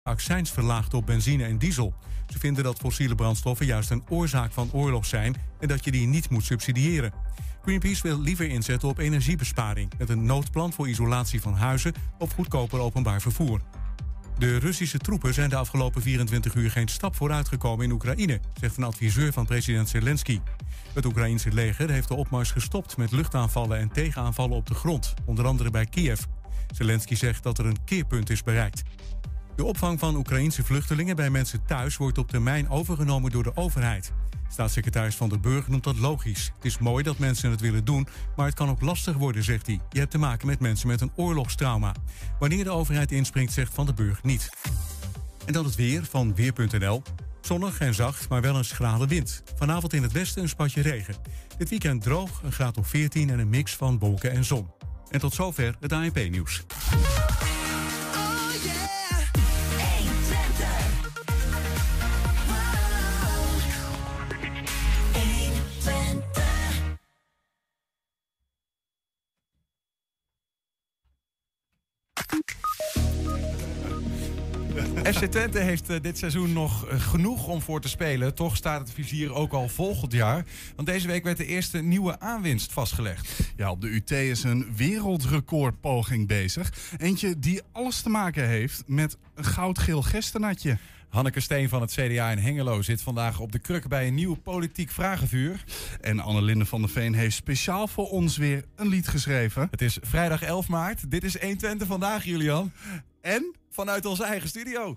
accijns verlaagd op benzine en diesel. Ze vinden dat fossiele brandstoffen juist een oorzaak van oorlog zijn en dat je die niet moet subsidiëren. Greenpeace wil liever inzetten op energiebesparing met een noodplan voor isolatie van huizen of goedkoper openbaar vervoer. De Russische troepen zijn de afgelopen 24 uur geen stap vooruit gekomen in Oekraïne, zegt een adviseur van president Zelensky. Het Oekraïense leger heeft de opmars gestopt met luchtaanvallen en tegenaanvallen op de grond, onder andere bij Kiev. Zelensky zegt dat er een keerpunt is bereikt. De opvang van Oekraïense vluchtelingen bij mensen thuis wordt op termijn overgenomen door de overheid. Staatssecretaris Van der Burg noemt dat logisch. Het is mooi dat mensen het willen doen, maar het kan ook lastig worden, zegt hij. Je hebt te maken met mensen met een oorlogstrauma. Wanneer de overheid inspringt, zegt Van der Burg niet. En dan het weer van Weer.nl. Zonnig en zacht, maar wel een schrale wind. Vanavond in het westen een spatje regen. Dit weekend droog, een graad of 14 en een mix van wolken en zon. En tot zover het ANP-nieuws. FC Twente heeft dit seizoen nog genoeg om voor te spelen. Toch staat het vizier ook al volgend jaar. Want deze week werd de eerste nieuwe aanwinst vastgelegd. Ja, op de UT is een wereldrecordpoging bezig. Eentje die alles te maken heeft met een goudgeel gerstenatje. Hanneke Steen van het CDA in Hengelo zit vandaag op de kruk bij een nieuw politiek vragenvuur. En Annelinde van der Veen heeft speciaal voor ons weer een lied geschreven. Het is vrijdag 11 maart. Dit is 120 vandaag, Julian. En vanuit onze eigen studio.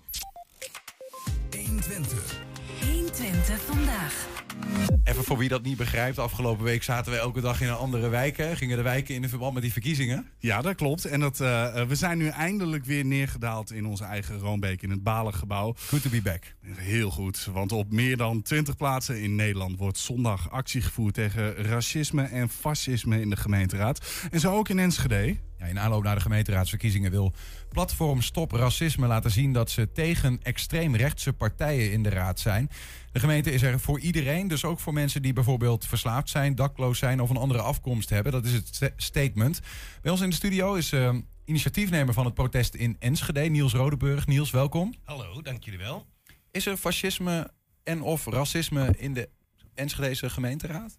120. 120 vandaag. Even voor wie dat niet begrijpt. Afgelopen week zaten we elke dag in een andere wijk. Hè? Gingen de wijken in verband met die verkiezingen. Ja, dat klopt. En we zijn nu eindelijk weer neergedaald in onze eigen Roombeek in het Balengebouw. Good to be back. Heel goed, want op meer dan 20 plaatsen in Nederland wordt zondag actie gevoerd tegen racisme en fascisme in de gemeenteraad. En zo ook in Enschede. Ja, in aanloop naar de gemeenteraadsverkiezingen wil platform Stop Racisme laten zien dat ze tegen extreemrechtse partijen in de raad zijn. De gemeente is er voor iedereen, dus ook voor mensen die bijvoorbeeld verslaafd zijn, dakloos zijn of een andere afkomst hebben. Dat is het statement. Bij ons in de studio is initiatiefnemer van het protest in Enschede, Niels Rodeburg. Niels, welkom. Hallo, dank jullie wel. Is er fascisme en of racisme in de Enschedese gemeenteraad?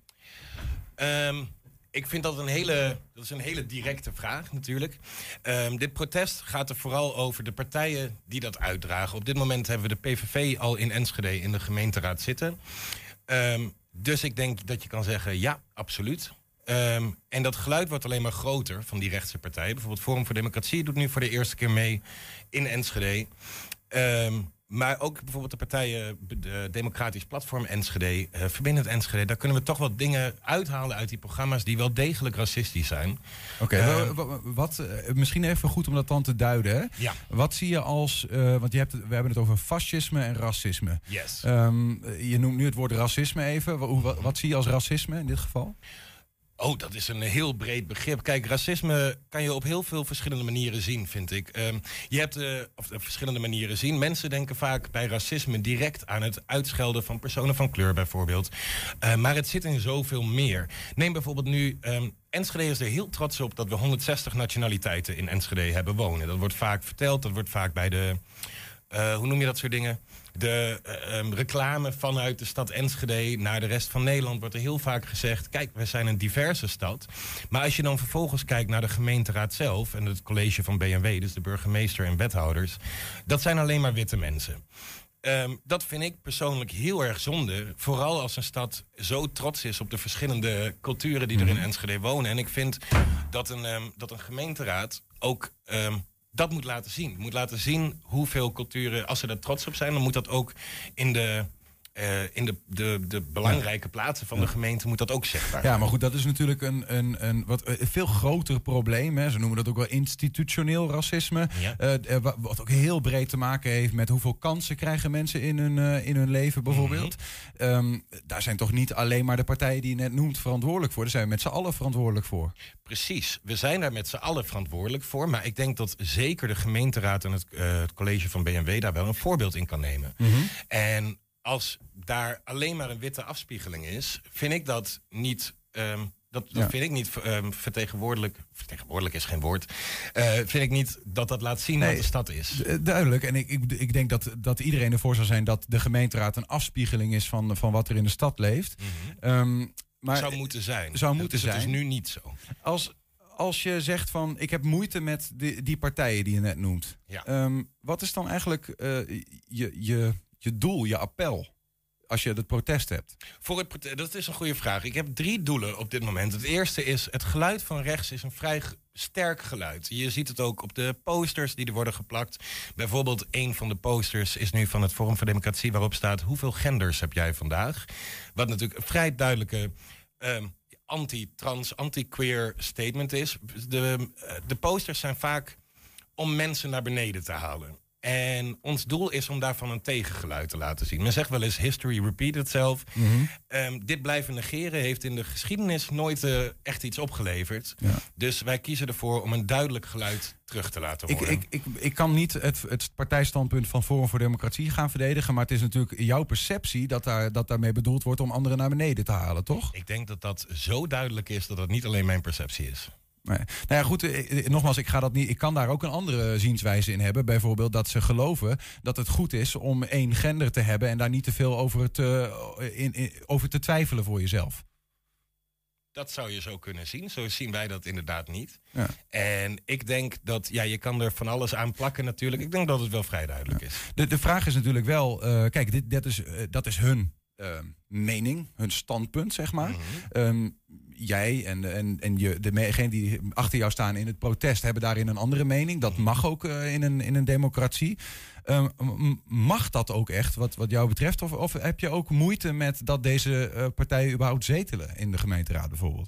Ik vind dat een hele directe vraag natuurlijk. Dit protest gaat er vooral over de partijen die dat uitdragen. Op dit moment hebben we de PVV al in Enschede in de gemeenteraad zitten. Dus ik denk dat je kan zeggen ja, absoluut. En dat geluid wordt alleen maar groter van die rechtse partijen. Bijvoorbeeld Forum voor Democratie doet nu voor de eerste keer mee in Enschede. Maar ook bijvoorbeeld de partijen, de Democratisch Platform Enschede, Verbindend Enschede. Daar kunnen we toch wat dingen uithalen uit die programma's die wel degelijk racistisch zijn. Oké, misschien even goed om dat dan te duiden. Hè? Ja. Wat zie je als, want we hebben het over fascisme en racisme. Yes. Je noemt nu het woord racisme even. Wat zie je als racisme in dit geval? Oh, dat is een heel breed begrip. Kijk, racisme kan je op heel veel verschillende manieren zien, vind ik. Je hebt verschillende manieren zien. Mensen denken vaak bij racisme direct aan het uitschelden van personen van kleur bijvoorbeeld. Maar het zit in zoveel meer. Neem bijvoorbeeld nu... Enschede is er heel trots op dat we 160 nationaliteiten in Enschede hebben wonen. Dat wordt vaak verteld, dat wordt vaak bij de... hoe noem je dat soort dingen? De reclame vanuit de stad Enschede naar de rest van Nederland wordt er heel vaak gezegd... kijk, wij zijn een diverse stad. Maar als je dan vervolgens kijkt naar de gemeenteraad zelf... en het college van B&W, dus de burgemeester en wethouders... dat zijn alleen maar witte mensen. Dat vind ik persoonlijk heel erg zonde. Vooral als een stad zo trots is op de verschillende culturen die er in Enschede wonen. En ik vind dat een gemeenteraad ook... dat moet laten zien. Moet laten zien hoeveel culturen, als ze daar trots op zijn... dan moet dat ook in de belangrijke plaatsen van de gemeente moet dat ook zichtbaar zijn. Ja, maar goed, dat is natuurlijk een veel groter probleem. Hè. Ze noemen dat ook wel institutioneel racisme. Ja. Wat ook heel breed te maken heeft met hoeveel kansen krijgen mensen in hun leven bijvoorbeeld. Daar zijn toch niet alleen maar de partijen die je net noemt verantwoordelijk voor. Daar zijn we met z'n allen verantwoordelijk voor. Precies, we zijn daar met z'n allen verantwoordelijk voor. Maar ik denk dat zeker de gemeenteraad en het college van B&W daar wel een voorbeeld in kan nemen. En als daar alleen maar een witte afspiegeling is, vind ik dat niet... Dat vind ik niet vertegenwoordiger is geen woord. Vind ik niet dat laat zien wat de stad is. Duidelijk. En ik denk dat iedereen ervoor zou zijn dat de gemeenteraad een afspiegeling is van wat er in de stad leeft. Maar zou moeten zijn. Dat is dus nu niet zo. Als je zegt van ik heb moeite met die partijen die je net noemt. Ja. Wat is dan eigenlijk je doel, je appel? Als je het protest hebt. Dat is een goede vraag. Ik heb 3 doelen op dit moment. Het eerste is, het geluid van rechts is een vrij sterk geluid. Je ziet het ook op de posters die er worden geplakt. Bijvoorbeeld een van de posters is nu van het Forum voor Democratie, waarop staat: hoeveel genders heb jij vandaag? Wat natuurlijk een vrij duidelijke anti-trans, anti-queer statement is. De posters zijn vaak om mensen naar beneden te halen. En ons doel is om daarvan een tegengeluid te laten zien. Men zegt wel eens, history repeat itself. Dit blijven negeren heeft in de geschiedenis nooit echt iets opgeleverd. Ja. Dus wij kiezen ervoor om een duidelijk geluid terug te laten horen. Ik kan niet het partijstandpunt van Forum voor Democratie gaan verdedigen. Maar het is natuurlijk jouw perceptie dat daarmee bedoeld wordt om anderen naar beneden te halen, toch? Ik denk dat zo duidelijk is dat het niet alleen mijn perceptie is. Nee. Nou ja, goed, nogmaals, ik kan daar ook een andere zienswijze in hebben. Bijvoorbeeld dat ze geloven dat het goed is om 1 gender te hebben en daar niet te veel over te twijfelen voor jezelf. Dat zou je zo kunnen zien. Zo zien wij dat inderdaad niet. Ja. En ik denk dat, je kan er van alles aan plakken natuurlijk. Ik denk dat het wel vrij duidelijk is. De vraag is natuurlijk wel, kijk, dat is hun mening, hun standpunt, zeg maar. Jij en degenen die achter jou staan in het protest hebben daarin een andere mening. Dat mag ook in een democratie. Mag dat ook echt, wat jou betreft? Of heb je ook moeite met dat deze partijen überhaupt zetelen in de gemeenteraad bijvoorbeeld?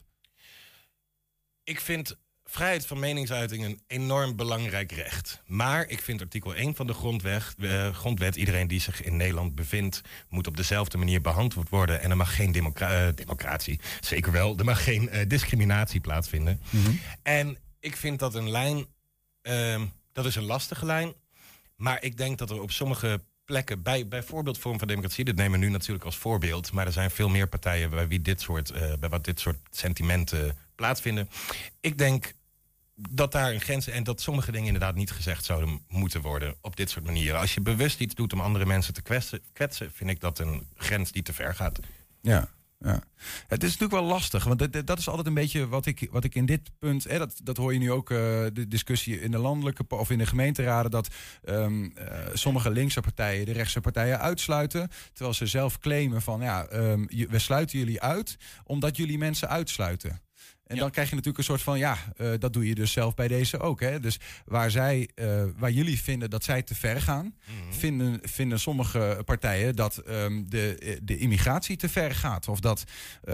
Ik vind vrijheid van meningsuiting een enorm belangrijk recht. Maar ik vind artikel 1 van de grondwet... iedereen die zich in Nederland bevindt moet op dezelfde manier behandeld worden. En er mag geen democratie, zeker wel, er mag geen discriminatie plaatsvinden. En ik vind dat een lijn, dat is een lastige lijn. Maar ik denk dat er op sommige plekken, bijvoorbeeld Forum van Democratie, dit nemen we nu natuurlijk als voorbeeld, maar er zijn veel meer partijen bij wat dit soort sentimenten plaatsvinden. Ik denk dat daar een grens en dat sommige dingen inderdaad niet gezegd zouden moeten worden op dit soort manieren. Als je bewust iets doet om andere mensen te kwetsen, vind ik dat een grens die te ver gaat. Ja. Het is natuurlijk wel lastig, want dat is altijd een beetje wat ik in dit punt, dat hoor je nu ook, de discussie in de landelijke of in de gemeenteraden, dat sommige linkse partijen de rechtse partijen uitsluiten, terwijl ze zelf claimen van we sluiten jullie uit omdat jullie mensen uitsluiten. En dan krijg je natuurlijk een soort van, dat doe je dus zelf bij deze ook. Hè? Dus waar jullie vinden dat zij te ver gaan, vinden sommige partijen dat de immigratie te ver gaat. Of dat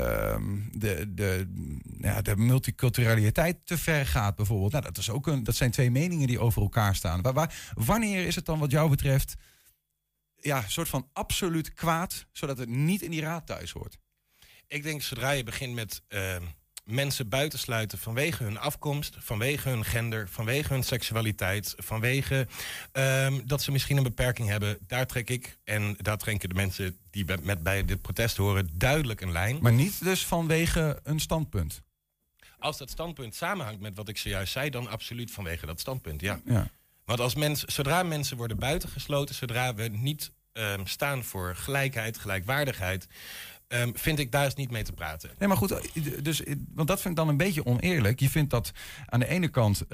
de multiculturaliteit te ver gaat bijvoorbeeld. Nou, dat zijn 2 meningen die over elkaar staan. Wanneer is het dan wat jou betreft een soort van absoluut kwaad, zodat het niet in die raad thuis hoort? Ik denk zodra je begint met mensen buitensluiten vanwege hun afkomst, vanwege hun gender, vanwege hun seksualiteit, vanwege dat ze misschien een beperking hebben, daar trek ik en daar trekken de mensen die bij dit protest horen duidelijk een lijn. Maar niet dus vanwege een standpunt? Als dat standpunt samenhangt met wat ik zojuist zei, dan absoluut vanwege dat standpunt, ja. Want zodra mensen worden buitengesloten, zodra we niet staan voor gelijkheid, gelijkwaardigheid, vind ik daar eens niet mee te praten. Nee, maar goed, want dat vind ik dan een beetje oneerlijk. Je vindt dat aan de ene kant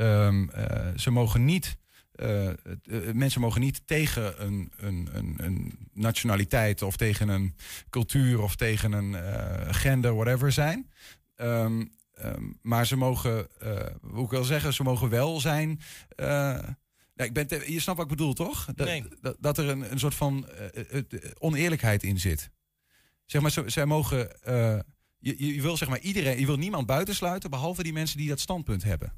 mensen mogen niet tegen een nationaliteit of tegen een cultuur of tegen een gender, whatever zijn. Maar ze mogen, hoe ik wil zeggen, ze mogen wel zijn. Je snapt wat ik bedoel, toch? Dat er een soort van oneerlijkheid in zit. Zeg maar, zij mogen. Je wil zeg maar iedereen. Je wil niemand buitensluiten, behalve die mensen die dat standpunt hebben.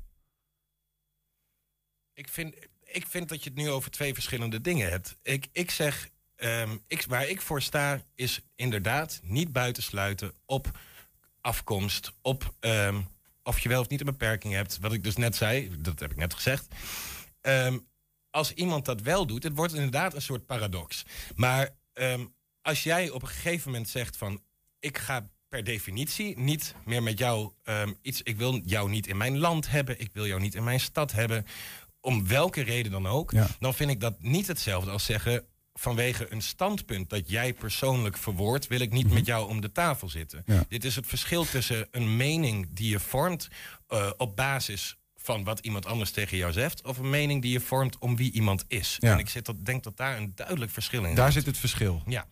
Ik vind dat je het nu over 2 verschillende dingen hebt. Ik zeg, waar ik voor sta, is inderdaad niet buitensluiten op afkomst, op of je wel of niet een beperking hebt. Wat ik dus net zei, dat heb ik net gezegd. Als iemand dat wel doet, het wordt inderdaad een soort paradox. Maar als jij op een gegeven moment zegt van, ik ga per definitie niet meer met jou iets... Ik wil jou niet in mijn land hebben. Ik wil jou niet in mijn stad hebben. Om welke reden dan ook. Ja. Dan vind ik dat niet hetzelfde als zeggen... vanwege een standpunt dat jij persoonlijk verwoordt... wil ik niet met jou om de tafel zitten. Ja. Dit is het verschil tussen een mening die je vormt... op basis van wat iemand anders tegen jou zegt... of een mening die je vormt om wie iemand is. Ja. En ik denk dat daar een duidelijk verschil in zit. Daar zit het verschil. Ja.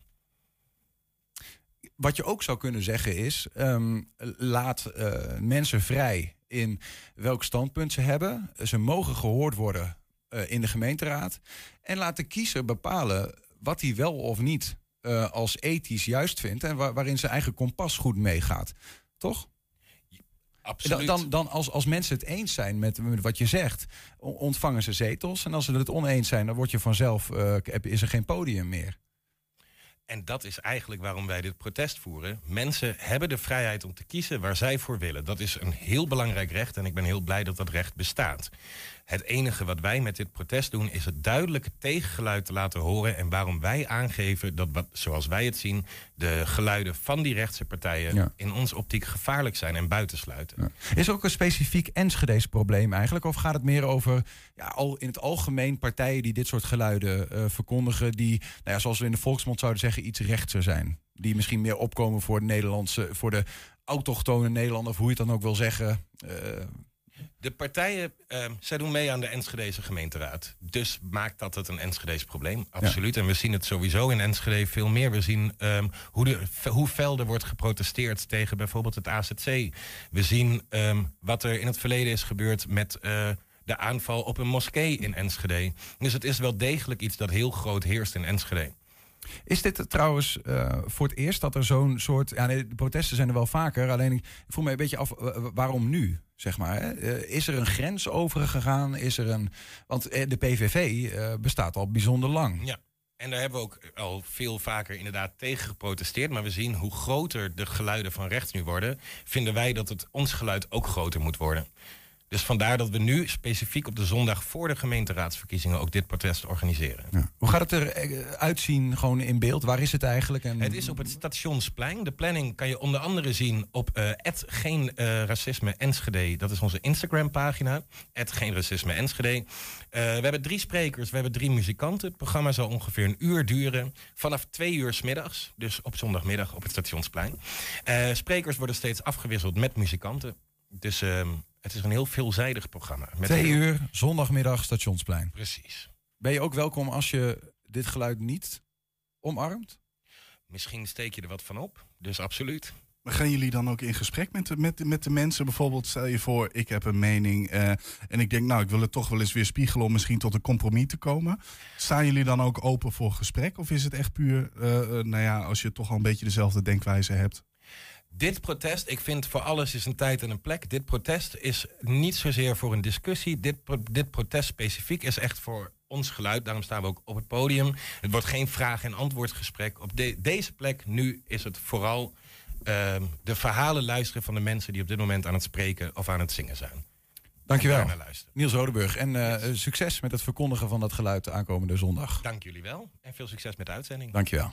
Wat je ook zou kunnen zeggen is... laat mensen vrij in welk standpunt ze hebben. Ze mogen gehoord worden in de gemeenteraad. En laat de kiezer bepalen wat hij wel of niet als ethisch juist vindt... en waarin zijn eigen kompas goed meegaat. Toch? Absoluut. Dan als mensen het eens zijn met wat je zegt... ontvangen ze zetels. En als ze het oneens zijn, dan word je vanzelf... is er geen podium meer. En dat is eigenlijk waarom wij dit protest voeren. Mensen hebben de vrijheid om te kiezen waar zij voor willen. Dat is een heel belangrijk recht en ik ben heel blij dat dat recht bestaat. Het enige wat wij met dit protest doen... is het duidelijke tegengeluid te laten horen... en waarom wij aangeven dat, zoals wij het zien... de geluiden van die rechtse partijen... in ons optiek gevaarlijk zijn en buitensluiten. Ja. Is er ook een specifiek Enschede's probleem eigenlijk? Of gaat het meer over in het algemeen partijen... die dit soort geluiden verkondigen... die, zoals we in de volksmond zouden zeggen... iets rechtser zijn? Die misschien meer opkomen voor de Nederlandse... voor de autochtone Nederlander... of hoe je het dan ook wil zeggen... De partijen, zij doen mee aan de Enschedese gemeenteraad. Dus maakt dat het een Enschedees probleem, absoluut. Ja. En we zien het sowieso in Enschede veel meer. We zien hoe fel er wordt geprotesteerd tegen bijvoorbeeld het AZC. We zien wat er in het verleden is gebeurd met de aanval op een moskee in Enschede. Dus het is wel degelijk iets dat heel groot heerst in Enschede. Is dit trouwens voor het eerst dat er zo'n soort... de protesten zijn er wel vaker, alleen ik voel me een beetje af... waarom nu, zeg maar? Hè? Is er een grens overgegaan? Want de PVV bestaat al bijzonder lang. Ja, en daar hebben we ook al veel vaker inderdaad tegen geprotesteerd. Maar we zien hoe groter de geluiden van rechts nu worden... vinden wij dat ons geluid ook groter moet worden. Dus vandaar dat we nu specifiek op de zondag voor de gemeenteraadsverkiezingen ook dit protest organiseren. Ja. Hoe gaat het eruit zien gewoon in beeld? Waar is het eigenlijk? Het is op het Stationsplein. De planning kan je onder andere zien op @geen racisme Enschede. Dat is onze Instagram pagina. @geen racisme Enschede. We hebben 3 sprekers, we hebben 3 muzikanten. Het programma zal ongeveer 1 uur duren. Vanaf 2 uur 's middags, dus op zondagmiddag op het Stationsplein. Sprekers worden steeds afgewisseld met muzikanten. Dus het is een heel veelzijdig programma. 2 uur, zondagmiddag, Stationsplein. Precies. Ben je ook welkom als je dit geluid niet omarmt? Misschien steek je er wat van op, dus absoluut. Maar gaan jullie dan ook in gesprek met de mensen? Bijvoorbeeld, stel je voor, ik heb een mening en ik denk, ik wil het toch wel eens weer spiegelen om misschien tot een compromis te komen. Staan jullie dan ook open voor gesprek? Of is het echt puur, als je toch al een beetje dezelfde denkwijze hebt? Dit protest, ik vind voor alles is een tijd en een plek. Dit protest is niet zozeer voor een discussie. Dit protest specifiek is echt voor ons geluid. Daarom staan we ook op het podium. Het wordt geen vraag- en antwoordgesprek. Op deze plek nu is het vooral de verhalen luisteren van de mensen die op dit moment aan het spreken of aan het zingen zijn. Dankjewel, Niels Rodeburg. En succes met het verkondigen van dat geluid aankomende zondag. Dank jullie wel en veel succes met de uitzending. Dankjewel.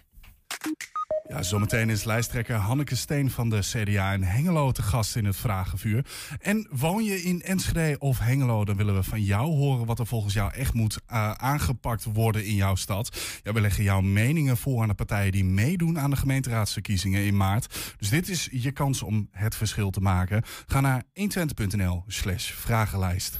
Ja, zometeen is lijsttrekker Hanneke Steen van de CDA in Hengelo te gast in het Vragenvuur. En woon je in Enschede of Hengelo, dan willen we van jou horen wat er volgens jou echt moet aangepakt worden in jouw stad. Ja, we leggen jouw meningen voor aan de partijen die meedoen aan de gemeenteraadsverkiezingen in maart. Dus dit is je kans om het verschil te maken. Ga naar 120.nl/vragenlijst.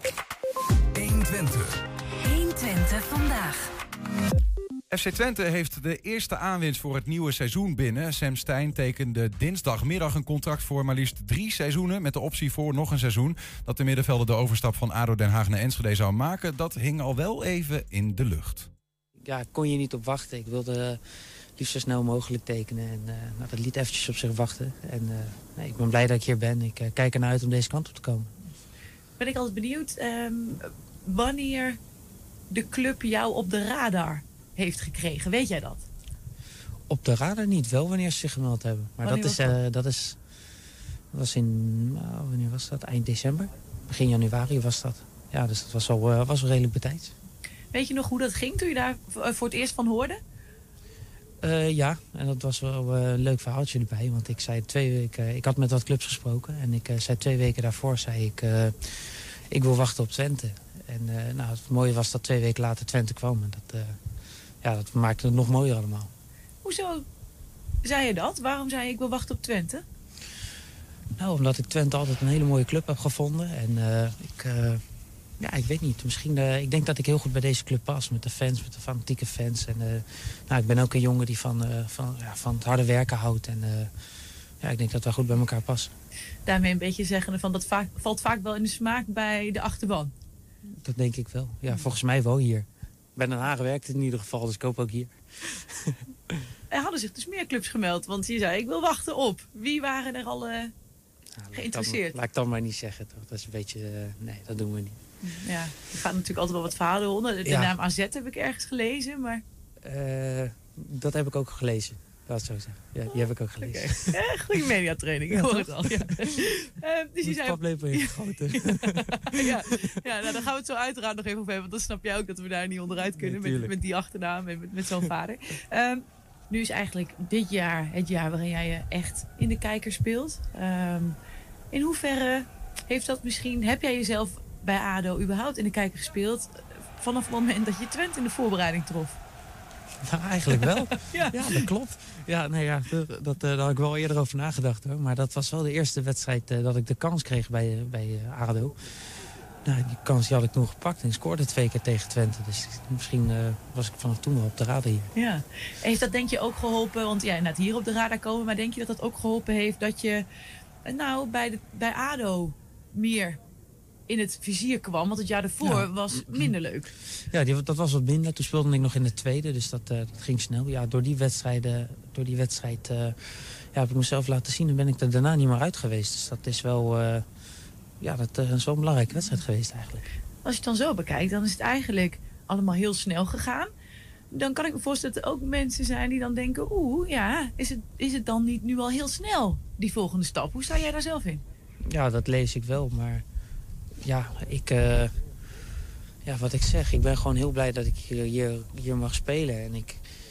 120. 120 vandaag. FC Twente heeft de eerste aanwinst voor het nieuwe seizoen binnen. Sam Stein tekende dinsdagmiddag een contract voor maar liefst 3 seizoenen... met de optie voor nog een seizoen. Dat de middenvelder de overstap van ADO Den Haag naar Enschede zou maken... dat hing al wel even in de lucht. Ja, ik kon je niet op wachten. Ik wilde liefst zo snel mogelijk tekenen. En dat liet eventjes op zich wachten. En ik ben blij dat ik hier ben. Ik kijk ernaar uit om deze kant op te komen. Ben ik altijd benieuwd wanneer de club jou op de radar heeft gekregen. Weet jij dat? Op de radar niet, wel wanneer ze zich gemeld hebben. Maar dat was in, wanneer was dat? Eind december? Begin januari was dat. Ja, dus dat was wel redelijk betijds. Weet je nog hoe dat ging toen je daar voor het eerst van hoorde? Ja, en dat was wel een leuk verhaaltje erbij. Want ik zei 2 weken... Ik had met wat clubs gesproken. En ik zei 2 weken daarvoor, ik wil wachten op Twente. En het mooie was dat 2 weken later Twente kwam. En dat maakte het nog mooier allemaal. Hoezo zei je dat? Waarom zei je ik wil wachten op Twente? Nou, omdat ik Twente altijd een hele mooie club heb gevonden. En ik weet niet. Misschien, ik denk dat ik heel goed bij deze club pas. Met de fans, met de fanatieke fans. En ik ben ook een jongen die van het harde werken houdt. En ik denk dat we goed bij elkaar passen. Daarmee een beetje zeggen van dat valt vaak wel in de smaak bij de achterban. Dat denk ik wel. Ja, volgens mij wel hier. Bij Den Haag werkt het in ieder geval, dus ik hoop ook hier. Er hadden zich dus meer clubs gemeld, want je zei ik wil wachten op. Wie waren er al geïnteresseerd? Laat ik dan maar niet zeggen, toch? Dat is een beetje... nee, dat doen we niet. Ja, er gaat natuurlijk altijd wel wat verhalen onder. De naam AZ heb ik ergens gelezen, maar... dat heb ik ook gelezen. Dat zou ik zeggen. Ja, die heb ik ook gelezen. Okay. Goede mediatraining, ik hoor het al. Ja. Dus je zei... paplepel ingegoten. Daar gaan we het zo uiteraard nog even over hebben. Want dan snap jij ook dat we daar niet onderuit kunnen met die achternaam en met zo'n vader. Nu is eigenlijk dit jaar het jaar waarin jij je echt in de kijker speelt. In hoeverre heeft dat misschien... Heb jij jezelf bij ADO überhaupt in de kijker gespeeld... vanaf het moment dat je Twente in de voorbereiding trof? Nou, eigenlijk wel. Ja, dat klopt. Ja, daar had ik wel eerder over nagedacht, hoor. Maar dat was wel de eerste wedstrijd dat ik de kans kreeg bij ADO. Nou, die kans had ik toen gepakt en ik scoorde 2 keer tegen Twente. Dus misschien was ik vanaf toen wel op de radar hier. Ja. Heeft dat denk je ook geholpen, want net hier op de radar komen... maar denk je dat dat ook geholpen heeft dat je bij ADO meer in het vizier kwam? Want het jaar daarvoor was minder leuk. Ja, dat was wat minder. Toen speelde ik nog in de tweede, dus dat ging snel. Ja, door die wedstrijd heb ik mezelf laten zien en ben ik er daarna niet meer uit geweest. Dus dat is wel, dat is wel een belangrijke wedstrijd geweest eigenlijk. Als je het dan zo bekijkt, dan is het eigenlijk allemaal heel snel gegaan. Dan kan ik me voorstellen dat er ook mensen zijn die dan denken... is het dan niet nu al heel snel, die volgende stap? Hoe sta jij daar zelf in? Ja, dat lees ik wel, maar... Ja, wat ik zeg, ik ben gewoon heel blij dat ik hier mag spelen. En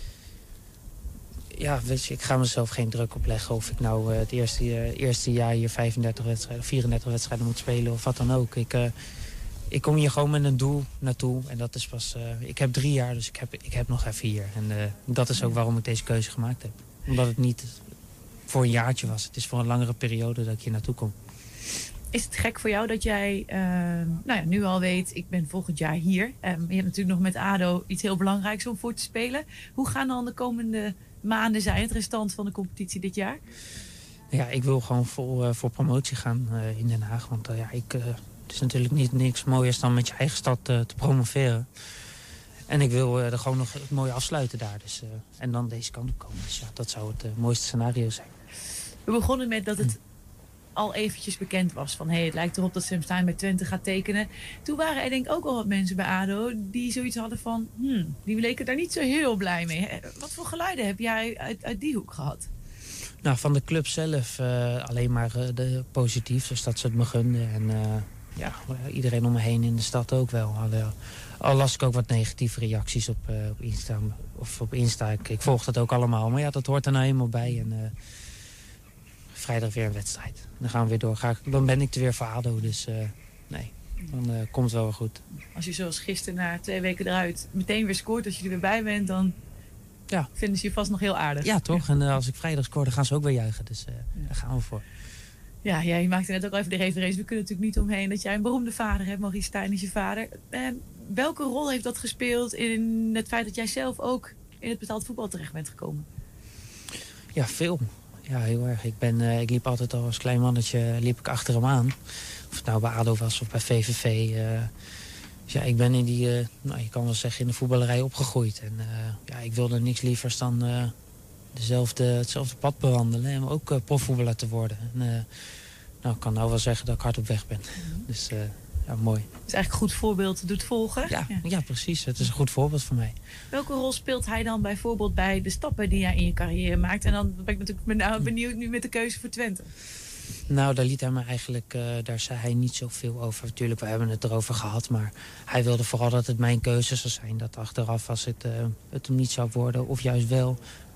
ik ga mezelf geen druk opleggen of ik nou het eerste jaar hier 35 wedstrijden of 34 wedstrijden moet spelen of wat dan ook. Ik kom hier gewoon met een doel naartoe en dat is pas... ik heb 3 jaar, dus ik heb nog even hier. En dat is ook waarom ik deze keuze gemaakt heb. Omdat het niet voor een jaartje was. Het is voor een langere periode dat ik hier naartoe kom. Is het gek voor jou dat jij nu al weet, ik ben volgend jaar hier. Je hebt natuurlijk nog met ADO iets heel belangrijks om voor te spelen. Hoe gaan dan de komende maanden zijn, het restant van de competitie dit jaar? Ja, ik wil gewoon voor promotie gaan in Den Haag. Want het is natuurlijk niks mooiers dan met je eigen stad te promoveren. En ik wil er gewoon nog het mooie afsluiten daar. Dus, en dan deze kant op komen. Dus ja, dat zou het mooiste scenario zijn. We begonnen met dat het al eventjes bekend was van... het lijkt erop dat Sam Stein bij Twente gaat tekenen. Toen waren er denk ik ook al wat mensen bij ADO... die zoiets hadden van... die leken daar niet zo heel blij mee. Wat voor geluiden heb jij uit die hoek gehad? Nou, van de club zelf alleen maar de positief. Dus dat ze het me gunden. En iedereen om me heen in de stad ook wel. Al las ik ook wat negatieve reacties op Insta. Of op Insta. Ik volg dat ook allemaal. Maar ja, dat hoort er nou eenmaal bij. En vrijdag weer een wedstrijd. Dan gaan we weer door. Dan ben ik er weer voor ADO. Dus dan komt het wel weer goed. Als je zoals gisteren na 2 weken eruit meteen weer scoort, als je er weer bij bent, dan vinden ze je vast nog heel aardig. Ja, toch? En als ik vrijdag scoor, dan gaan ze ook weer juichen. Dus daar gaan we voor. Ja, jij maakte net ook al even de referentie. We kunnen natuurlijk niet omheen dat jij een beroemde vader hebt. Maurice Stijn is je vader. Welke rol heeft dat gespeeld in het feit dat jij zelf ook in het betaald voetbal terecht bent gekomen? Ja, veel. Ja, heel erg. Ik liep altijd al als klein mannetje achter hem aan. Of het nou bij ADO was of bij VVV. Dus ik ben in die, je kan wel zeggen, in de voetballerij opgegroeid. En ik wilde niks lievers dan hetzelfde pad bewandelen. En ook profvoetballer te worden. En, ik kan nou wel zeggen dat ik hard op weg ben. Dus mooi. Het is eigenlijk een goed voorbeeld doet volgen. Ja, precies. Het is een goed voorbeeld voor mij. Welke rol speelt hij dan bijvoorbeeld bij de stappen die jij in je carrière maakt? En dan ben ik natuurlijk benieuwd nu met de keuze voor Twente. Nou, daar liet hij me eigenlijk, daar zei hij niet zoveel over. Natuurlijk, we hebben het erover gehad. Maar hij wilde vooral dat het mijn keuze zou zijn. Dat achteraf, als het hem niet zou worden, of juist wel,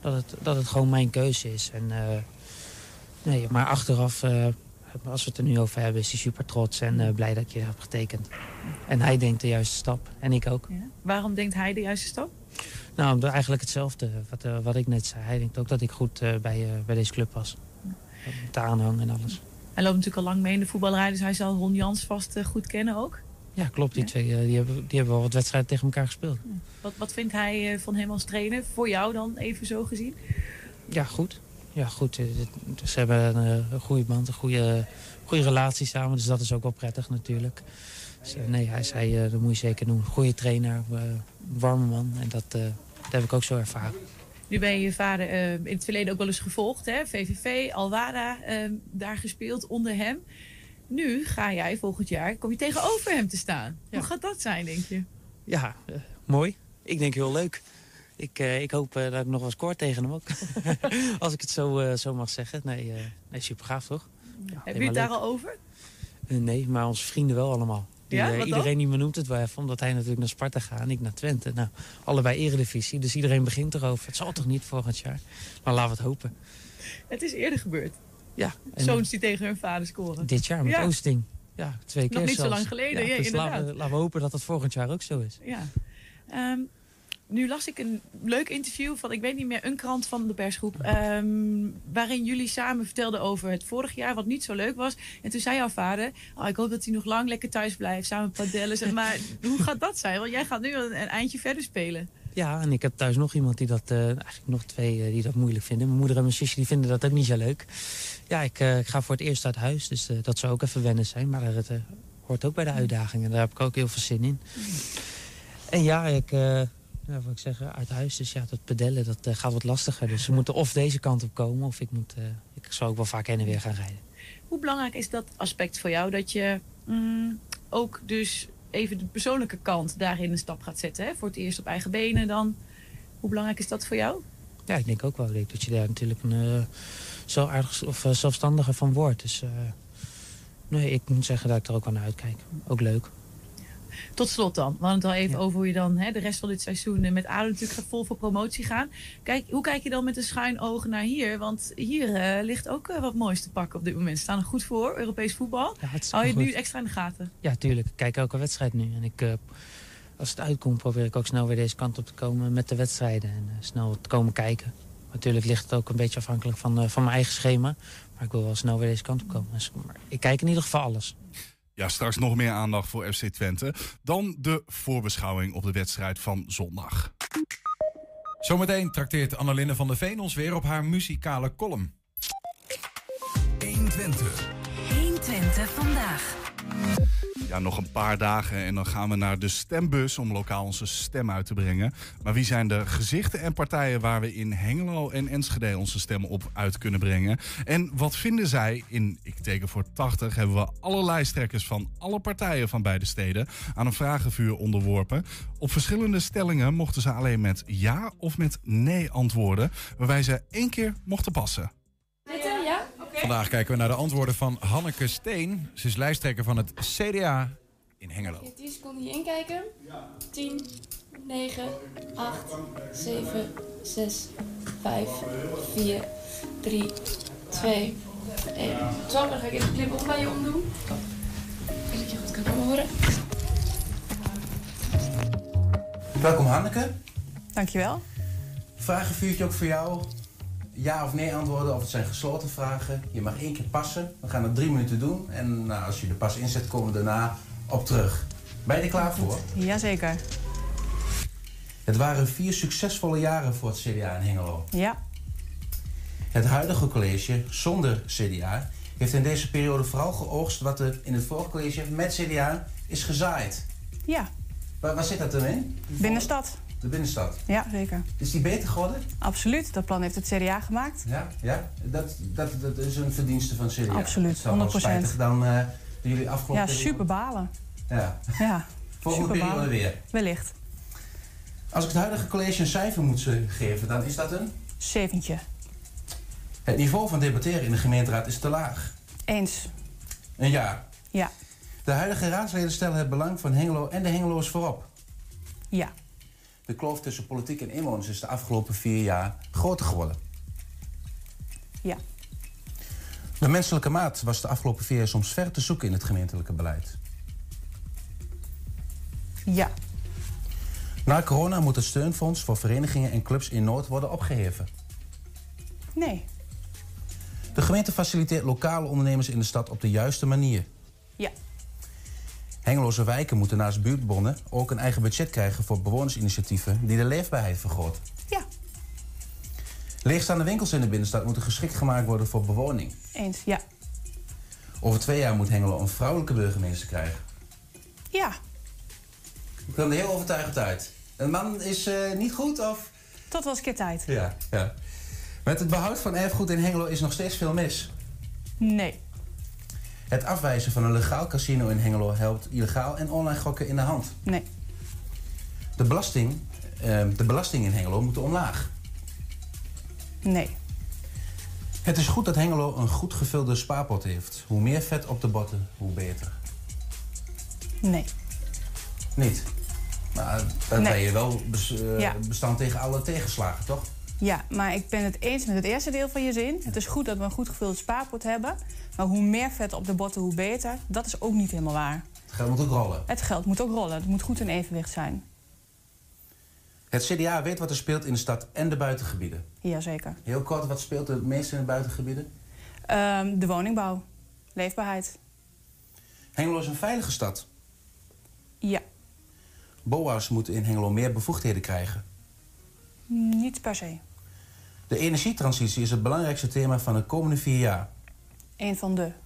dat het gewoon mijn keuze is. En, nee, maar achteraf, als we het er nu over hebben, is hij super trots en blij dat je hebt getekend. En hij denkt de juiste stap. En ik ook. Ja. Waarom denkt hij de juiste stap? Nou, eigenlijk hetzelfde wat ik net zei. Hij denkt ook dat ik goed bij deze club was. Met de aanhang en alles. Hij loopt natuurlijk al lang mee in de voetballerij, dus hij zal Ron Jans vast goed kennen ook. Ja, klopt. Die twee die hebben wel wat wedstrijden tegen elkaar gespeeld. Wat vindt hij van hem als trainer? Voor jou dan even zo gezien? Ja, goed. Ja, goed. Ze hebben een goede band, een goede relatie samen. Dus dat is ook wel prettig natuurlijk. Dus, nee, hij zei, dat moet je zeker doen. Goede trainer, warme man. En dat heb ik ook zo ervaren. Nu ben je je vader in het verleden ook wel eens gevolgd. Hè? VVV, Alwada, daar gespeeld onder hem. Nu ga jij volgend jaar, kom je tegenover hem te staan. Ja. Hoe gaat dat zijn, denk je? Ja, mooi. Ik denk heel leuk. Ik hoop dat ik nog wel scoor tegen hem ook. Als ik het zo mag zeggen. Nee, super gaaf toch? Ja, heb je het daar al over? Nee, maar onze vrienden wel allemaal. Iedereen die me noemt het wel even, omdat hij natuurlijk naar Sparta gaat en ik naar Twente. Nou, allebei eredivisie, dus iedereen begint erover. Het zal toch niet volgend jaar? Maar laten we het hopen. Het is eerder gebeurd. Ja. Zoons die tegen hun vader scoren. Dit jaar met Oosting. Ja, 2 keer nog niet zelfs. Zo lang geleden, ja, dus inderdaad. laten we hopen dat het volgend jaar ook zo is. Ja. Nu las ik een leuk interview van, ik weet niet meer, een krant van de persgroep. Waarin jullie samen vertelden over het vorig jaar, wat niet zo leuk was. En toen zei jouw vader, ik hoop dat hij nog lang lekker thuis blijft, samen padellen. Maar hoe gaat dat zijn? Want jij gaat nu een eindje verder spelen. Ja, en ik heb thuis nog iemand die dat, eigenlijk nog 2 die dat moeilijk vinden. Mijn moeder en mijn zusje die vinden dat ook niet zo leuk. Ja, ik ga voor het eerst uit huis, dus dat zou ook even wennen zijn. Maar het hoort ook bij de uitdagingen. Daar heb ik ook heel veel zin in. En ja, wat ik zeggen, uit huis. Dus ja, dat pedellen, dat gaat wat lastiger. Dus we moeten of deze kant op komen, of ik zou ook wel vaak heen en weer gaan rijden. Hoe belangrijk is dat aspect voor jou? Dat je ook dus even de persoonlijke kant daarin een stap gaat zetten. Hè? Voor het eerst op eigen benen dan. Hoe belangrijk is dat voor jou? Ja, ik denk ook wel. Dat je daar natuurlijk zo aardig of zelfstandiger van wordt. Dus nee, ik moet zeggen dat ik er ook wel naar uitkijk. Ook leuk. Tot slot dan. We hadden het al even over hoe je dan de rest van dit seizoen met ADO natuurlijk gaat vol voor promotie gaan. Hoe kijk je dan met een schuin oog naar hier? Want hier ligt ook wat moois te pakken op dit moment. Staan er goed voor, Europees voetbal. Ja, hou je het nu extra in de gaten? Ja, tuurlijk. Ik kijk elke wedstrijd nu. En als het uitkomt probeer ik ook snel weer deze kant op te komen met de wedstrijden. En snel te komen kijken. Natuurlijk ligt het ook een beetje afhankelijk van mijn eigen schema. Maar ik wil wel snel weer deze kant op komen. Dus, ik kijk in ieder geval alles. Ja, straks nog meer aandacht voor FC Twente. Dan de voorbeschouwing op de wedstrijd van zondag. Zometeen trakteert Annelinde van der Veen ons weer op haar muzikale column. 120. 120 vandaag. Ja, nog een paar dagen en dan gaan we naar de stembus om lokaal onze stem uit te brengen. Maar wie zijn de gezichten en partijen waar we in Hengelo en Enschede onze stemmen op uit kunnen brengen? En wat vinden zij? In Ik Teken voor 80 hebben we alle lijsttrekkers van alle partijen van beide steden aan een vragenvuur onderworpen. Op verschillende stellingen mochten ze alleen met ja of met nee antwoorden, waarbij ze 1 keer mochten passen. Vandaag kijken we naar de antwoorden van Hanneke Steen. Ze is lijsttrekker van het CDA in Hengelo. Je 10 seconden hier inkijken. 10, 9, 8, 7, 6, 5, 4, 3, 2, 1. Zo, dan ga ik even de clip op bij je omdoen. Kijk dat je goed kan horen. Welkom Hanneke. Dankjewel. Vragenvuurtje ook voor jou. Ja of nee antwoorden, of het zijn gesloten vragen. Je mag 1 keer passen. We gaan het 3 minuten doen. En als je de pas inzet, komen we daarna op terug. Ben je er klaar voor? Jazeker. Het waren 4 succesvolle jaren voor het CDA in Hengelo. Ja. Het huidige college, zonder CDA, heeft in deze periode vooral geoogst wat er in het vorige college met CDA is gezaaid. Ja. Waar zit dat dan in? Binnenstad. De binnenstad? Ja, zeker. Is die beter geworden? Absoluut. Dat plan heeft het CDA gemaakt. Ja? Dat is een verdienste van het CDA. Absoluut, 100%. Het is spijtig dan jullie afgelopen... Ja, super balen. Ja. Volgende super periode balen. weer. Wellicht. Als ik het huidige college een cijfer moet geven, dan is dat een... 7. Het niveau van debatteren in de gemeenteraad is te laag. Eens. Een jaar. Ja. De huidige raadsleden stellen het belang van Hengelo en de Hengeloers voorop. Ja. De kloof tussen politiek en inwoners is de afgelopen 4 jaar groter geworden. Ja. De menselijke maat was de afgelopen 4 jaar soms ver te zoeken in het gemeentelijke beleid. Ja. Na corona moet het steunfonds voor verenigingen en clubs in nood worden opgeheven. Nee. De gemeente faciliteert lokale ondernemers in de stad op de juiste manier. Ja. Hengeloze wijken moeten naast buurtbonnen ook een eigen budget krijgen voor bewonersinitiatieven die de leefbaarheid vergroten. Ja. Leegstaande winkels in de binnenstad moeten geschikt gemaakt worden voor bewoning. Eens, ja. Over 2 jaar moet Hengelo een vrouwelijke burgemeester krijgen. Ja. Ik kwam er heel overtuigend uit. Een man is niet goed, of? Tot was een keer tijd. Ja, ja. Met het behoud van erfgoed in Hengelo is nog steeds veel mis. Nee. Het afwijzen van een legaal casino in Hengelo helpt illegaal en online gokken in de hand. Nee. De belasting in Hengelo moet omlaag. Nee. Het is goed dat Hengelo een goed gevulde spaarpot heeft. Hoe meer vet op de botten, hoe beter. Nee. Niet? Maar dan Nee. ben je wel Ja. bestand tegen alle tegenslagen, toch? Ja, maar ik ben het eens met het eerste deel van je zin. Het is goed dat we een goed gevulde spaarpot hebben. Maar hoe meer vet op de botten, hoe beter. Dat is ook niet helemaal waar. Het geld moet ook rollen. Het geld moet ook rollen. Het moet goed in evenwicht zijn. Het CDA weet wat er speelt in de stad en de buitengebieden. Jazeker. Heel kort, wat speelt het meest in de buitengebieden? De woningbouw. Leefbaarheid. Hengelo is een veilige stad. Ja. BOA's moeten in Hengelo meer bevoegdheden krijgen. Niet per se. De energietransitie is het belangrijkste thema van de komende 4 jaar. Eén van de.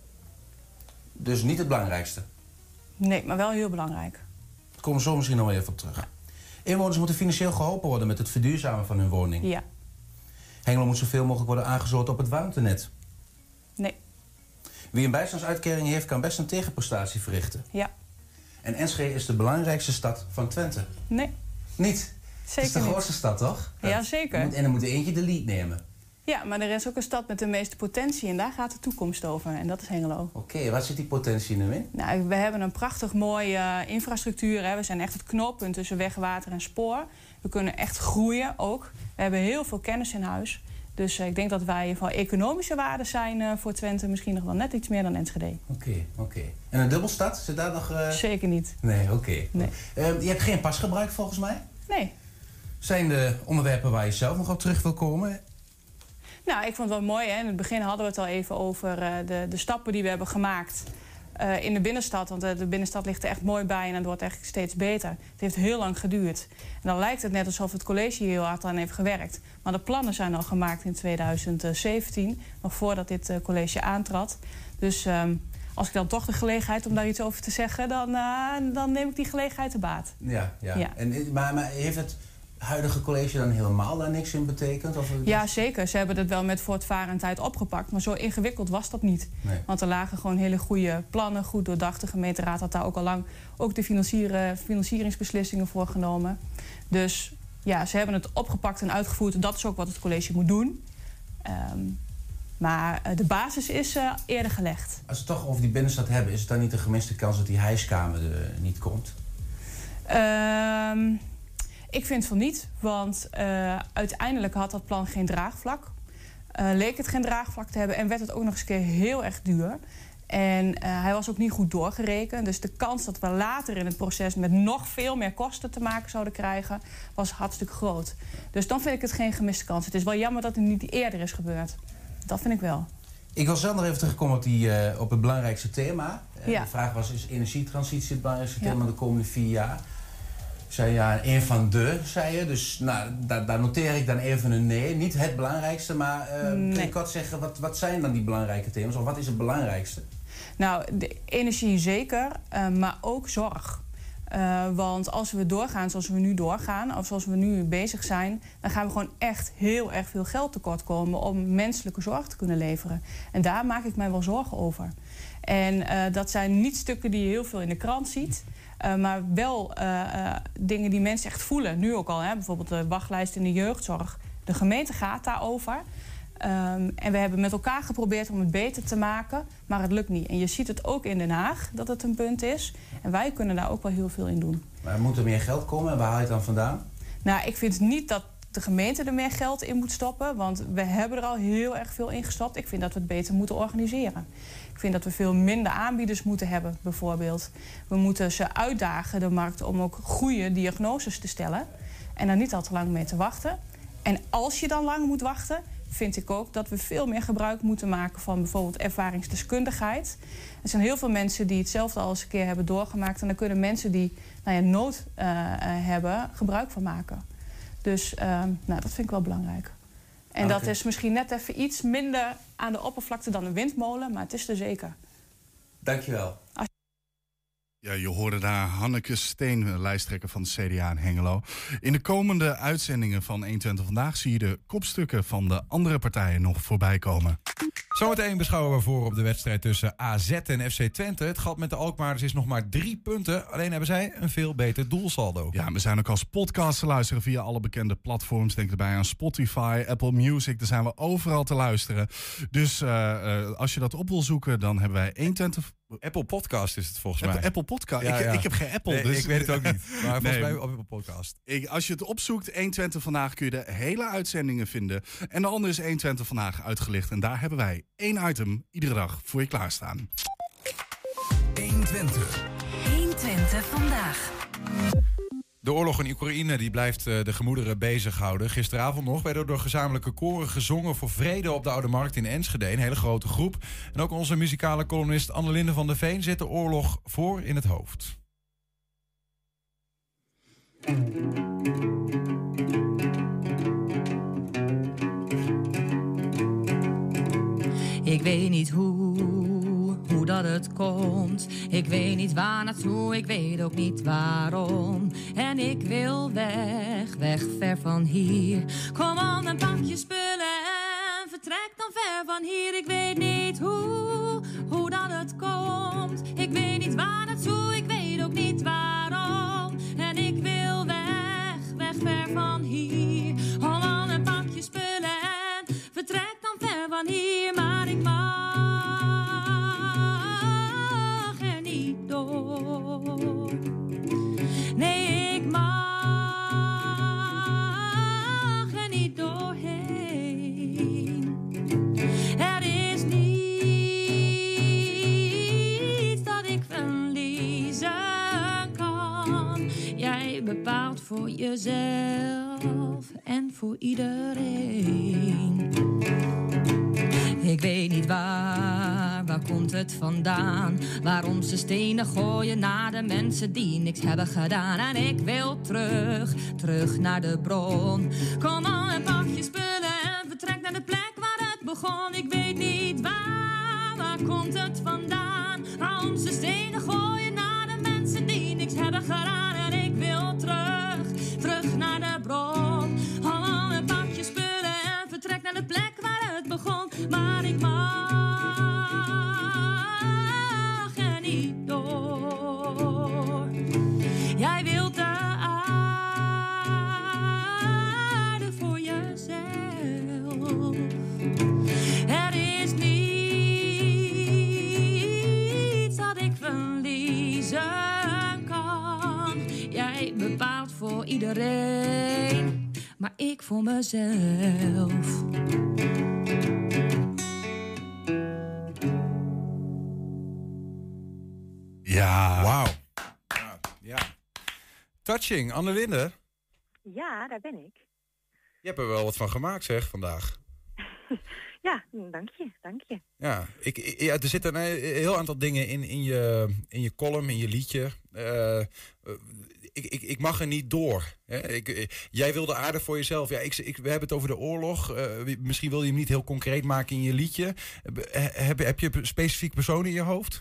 Dus niet het belangrijkste. Nee, maar wel heel belangrijk. Daar komen we zo misschien nog even op terug. Inwoners moeten financieel geholpen worden met het verduurzamen van hun woning. Ja. Hengelo moet zoveel mogelijk worden aangesloten op het warmtenet. Nee. Wie een bijstandsuitkering heeft, kan best een tegenprestatie verrichten. Ja. En Enschede is de belangrijkste stad van Twente. Nee. Niet? Zeker het is de niet. grootste stad, toch? Ja, zeker. En dan moet er eentje de lead nemen. Ja, maar er is ook een stad met de meeste potentie en daar gaat de toekomst over. En dat is Hengelo. Oké, waar zit die potentie nu in? Nou, we hebben een prachtig mooie infrastructuur. Hè. We zijn echt het knooppunt tussen weg, water en spoor. We kunnen echt groeien ook. We hebben heel veel kennis in huis. Dus ik denk dat wij van economische waarde zijn voor Twente misschien nog wel net iets meer dan Enschede. Oké. En een dubbelstad? Zit daar nog... Zeker niet. Nee, oké. Nee. Je hebt geen pasgebruik volgens mij? Nee. Zijn de onderwerpen waar je zelf nog op terug wil komen? Nou, ik vond het wel mooi. Hè? In het begin hadden we het al even over de stappen die we hebben gemaakt in de binnenstad. Want de binnenstad ligt er echt mooi bij en het wordt eigenlijk steeds beter. Het heeft heel lang geduurd. En dan lijkt het net alsof het college hier heel hard aan heeft gewerkt. Maar de plannen zijn al gemaakt in 2017, nog voordat dit college aantrad. Dus als ik dan toch de gelegenheid om daar iets over te zeggen, dan neem ik die gelegenheid te baat. Ja. Ja. Maar heeft het huidige college dan helemaal daar niks in betekend? Of Ja, zeker. Ze hebben het wel met voortvarendheid opgepakt. Maar zo ingewikkeld was dat niet. Nee. Want er lagen gewoon hele goede plannen, goed doordacht. De gemeenteraad had daar ook al lang ook de financieringsbeslissingen voor genomen. Dus ja, ze hebben het opgepakt en uitgevoerd. Dat is ook wat het college moet doen. Maar de basis is eerder gelegd. Als we het toch over die binnenstad hebben, is het dan niet de gemiste kans dat die hijskamer er niet komt? Ik vind van niet, want uiteindelijk had dat plan geen draagvlak. Leek het geen draagvlak te hebben en werd het ook nog eens een keer heel erg duur. En hij was ook niet goed doorgerekend. Dus de kans dat we later in het proces met nog veel meer kosten te maken zouden krijgen, was hartstikke groot. Dus dan vind ik het geen gemiste kans. Het is wel jammer dat het niet eerder is gebeurd. Dat vind ik wel. Ik wil zelf nog even terugkomen op het belangrijkste thema. Ja. De vraag was, is energietransitie het belangrijkste thema de komende 4 jaar? Zei ja, een van de, zei je. Dus nou, daar noteer ik dan even een nee. Niet het belangrijkste, maar kun je kort zeggen, wat zijn dan die belangrijke thema's? Of wat is het belangrijkste? Nou, de energie zeker, maar ook zorg. Want als we doorgaan zoals we nu doorgaan, of zoals we nu bezig zijn, dan gaan we gewoon echt heel erg veel geld tekort komen om menselijke zorg te kunnen leveren. En daar maak ik mij wel zorgen over. En dat zijn niet stukken die je heel veel in de krant ziet, maar wel dingen die mensen echt voelen. Nu ook al, hè? Bijvoorbeeld de wachtlijst in de jeugdzorg. De gemeente gaat daarover. En we hebben met elkaar geprobeerd om het beter te maken, maar het lukt niet. En je ziet het ook in Den Haag, dat het een punt is. En wij kunnen daar ook wel heel veel in doen. Maar moet er meer geld komen en waar haal je het dan vandaan? Nou, ik vind niet dat de gemeente er meer geld in moet stoppen. Want we hebben er al heel erg veel in gestopt. Ik vind dat we het beter moeten organiseren. Ik vind dat we veel minder aanbieders moeten hebben, bijvoorbeeld. We moeten ze uitdagen, de markt, om ook goede diagnoses te stellen. En daar niet al te lang mee te wachten. En als je dan lang moet wachten, vind ik ook dat we veel meer gebruik moeten maken van bijvoorbeeld ervaringsdeskundigheid. Er zijn heel veel mensen die hetzelfde al eens een keer hebben doorgemaakt. En daar kunnen mensen die nood hebben gebruik van maken. Dus dat vind ik wel belangrijk. En dat is misschien net even iets minder aan de oppervlakte dan een windmolen, maar het is er zeker. Dankjewel. Ja, je hoorde daar Hanneke Steen, lijsttrekker van de CDA in Hengelo. In de komende uitzendingen van 120 Vandaag zie je de kopstukken van de andere partijen nog voorbij komen. Zometeen beschouwen we voor op de wedstrijd tussen AZ en FC Twente. Het gat met de Alkmaarders is nog maar 3 punten. Alleen hebben zij een veel beter doelsaldo. Ja, we zijn ook als podcast te luisteren via alle bekende platforms. Denk erbij aan Spotify, Apple Music. Daar zijn we overal te luisteren. Dus als je dat op wil zoeken, dan hebben wij 120... Apple Podcast is het volgens mij. Apple Podcast? Ja, ja. Ik heb geen Apple. Nee, dus... Ik weet het ook niet. Maar volgens mij op Apple Podcast. Als je het opzoekt, 120 Vandaag, kun je de hele uitzendingen vinden. En de andere is 120 Vandaag uitgelicht. En daar hebben wij 1 item iedere dag voor je klaarstaan. 120. 120 Vandaag. De oorlog in Oekraïne die blijft de gemoederen bezighouden. Gisteravond nog werden door gezamenlijke koren gezongen voor vrede op de Oude Markt in Enschede. Een hele grote groep. En ook onze muzikale columnist Annelinde van der Veen zet de oorlog voor in het hoofd. Ik weet niet hoe dat het komt. Ik weet niet waar naartoe, ik weet ook niet waarom. En ik wil weg ver van hier. Kom op en pak je spullen en vertrek dan ver van hier. Ik weet niet hoe dat het komt. Ik weet niet waar naartoe, ik weet ook niet waarom. En ik wil weg ver van hier. Kom op en pak je spullen en vertrek dan ver van hier. Maar ik mag er niet door. Nee, ik mag er niet doorheen. Er is niets dat ik verliezen kan. Jij bepaalt voor jezelf en voor iedereen. Ik weet niet waar komt het vandaan? Waarom ze stenen gooien naar de mensen die niks hebben gedaan? En ik wil terug naar de bron. Kom op en pak je spullen en vertrek naar de plek waar het begon. Ik weet niet waar komt het vandaan? Waarom ze stenen gooien naar de mensen die niks hebben gedaan? En ik wil terug naar de bron. Kom op en pak je spullen en vertrek naar de plek waar het begon. Maar ik mag er niet door. Jij wilt de aarde voor jezelf. Er is niets dat ik verliezen kan. Jij bepaalt voor iedereen, maar ik voor mezelf. Ja. Wauw. Ja. Touching, Annelinde. Ja, daar ben ik. Je hebt er wel wat van gemaakt, zeg, vandaag. Ja, dank je. Ja, er zitten een heel aantal dingen in je column, in je liedje. Ik mag er niet door. Hè? Jij wil de aarde voor jezelf. Ja, we hebben het over de oorlog. Misschien wil je hem niet heel concreet maken in je liedje. Heb je een specifiek persoon in je hoofd?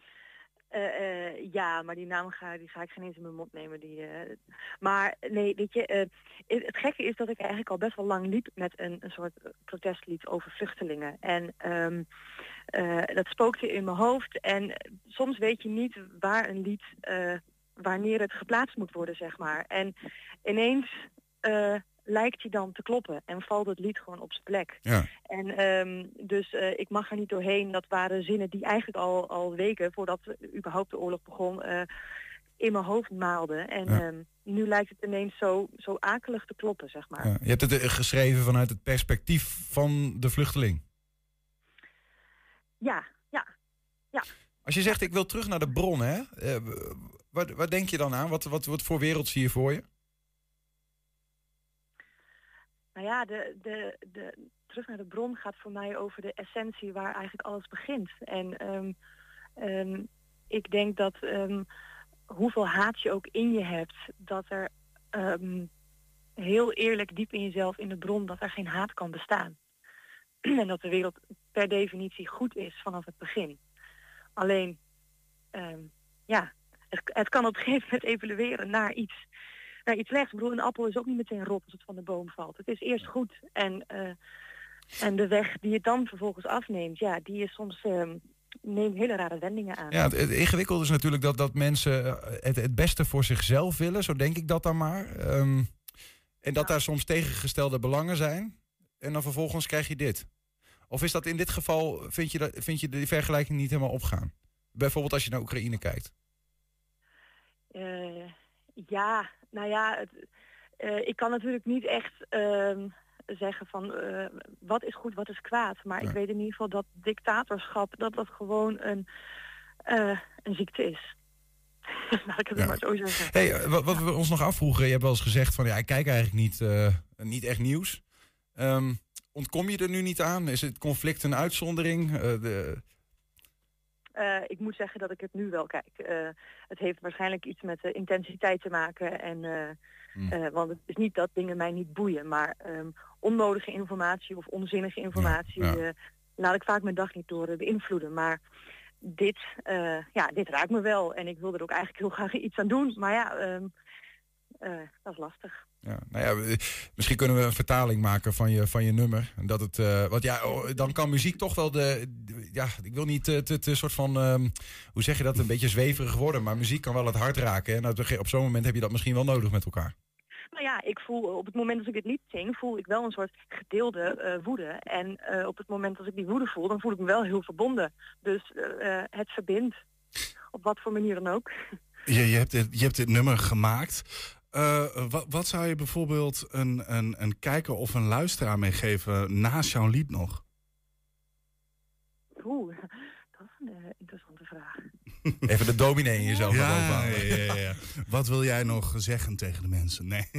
Ja, maar die naam die ga ik geen eens in mijn mond nemen. Maar nee, weet je, het gekke is dat ik eigenlijk al best wel lang liep met een soort protestlied over vluchtelingen. En dat spookte in mijn hoofd. En soms weet je niet waar een lied, wanneer het geplaatst moet worden, zeg maar. En ineens lijkt hij dan te kloppen en valt het lied gewoon op zijn plek. Ja. En dus ik mag er niet doorheen. Dat waren zinnen die eigenlijk al weken, voordat überhaupt de oorlog begon, in mijn hoofd maalde. En nu lijkt het ineens zo akelig te kloppen, zeg maar. Ja. Je hebt het geschreven vanuit het perspectief van de vluchteling. Ja. Als je zegt, ik wil terug naar de bron, hè? Wat denk je dan aan? Wat voor wereld zie je voor je? Nou ja, de terug naar de bron gaat voor mij over de essentie waar eigenlijk alles begint. En ik denk dat hoeveel haat je ook in je hebt, dat er heel eerlijk diep in jezelf in de bron, dat er geen haat kan bestaan. En dat de wereld per definitie goed is vanaf het begin. Alleen, het kan op een gegeven moment evolueren naar iets slechts. Ik bedoel, een appel is ook niet meteen rot als het van de boom valt. Het is eerst goed. En de weg die het dan vervolgens afneemt, die is soms neemt hele rare wendingen aan. Ja, het ingewikkelde is natuurlijk dat mensen het beste voor zichzelf willen. Zo denk ik dat dan maar. En dat daar soms tegengestelde belangen zijn. En dan vervolgens krijg je dit. Of is dat in dit geval, vind je die vergelijking niet helemaal opgaan? Bijvoorbeeld als je naar Oekraïne kijkt. Ik kan natuurlijk niet echt zeggen van wat is goed, wat is kwaad. Maar ik weet in ieder geval dat dictatorschap, dat gewoon een ziekte is. Laat ik het maar zo zeggen. Hey, wat we ons nog afvroegen, je hebt wel eens gezegd van ik kijk eigenlijk niet echt nieuws. Ontkom je er nu niet aan? Is het conflict een uitzondering? Ik moet zeggen dat ik het nu wel kijk. Het heeft waarschijnlijk iets met de intensiteit te maken. Want het is niet dat dingen mij niet boeien. Maar onnodige informatie of onzinnige informatie laat ik vaak mijn dag niet door beïnvloeden. Maar dit raakt me wel. En ik wil er ook eigenlijk heel graag iets aan doen. Maar dat is lastig. Ja, misschien kunnen we een vertaling maken van je nummer. Dat het, dan kan muziek toch wel ik wil niet te soort van, hoe zeg je dat, een beetje zweverig worden. Maar muziek kan wel het hart raken. En op zo'n moment heb je dat misschien wel nodig met elkaar. Nou ja, ik voel op het moment dat ik het lied zing, voel ik wel een soort gedeelde woede. En op het moment dat ik die woede voel, dan voel ik me wel heel verbonden. Dus het verbindt. Op wat voor manier dan ook. Je hebt dit nummer gemaakt. Wat zou je bijvoorbeeld een kijker of een luisteraar meegeven naast jouw lied nog? Dat is een interessante vraag. Even de dominee in jezelf naar boven halen. Ja. Wat wil jij nog zeggen tegen de mensen? Nee.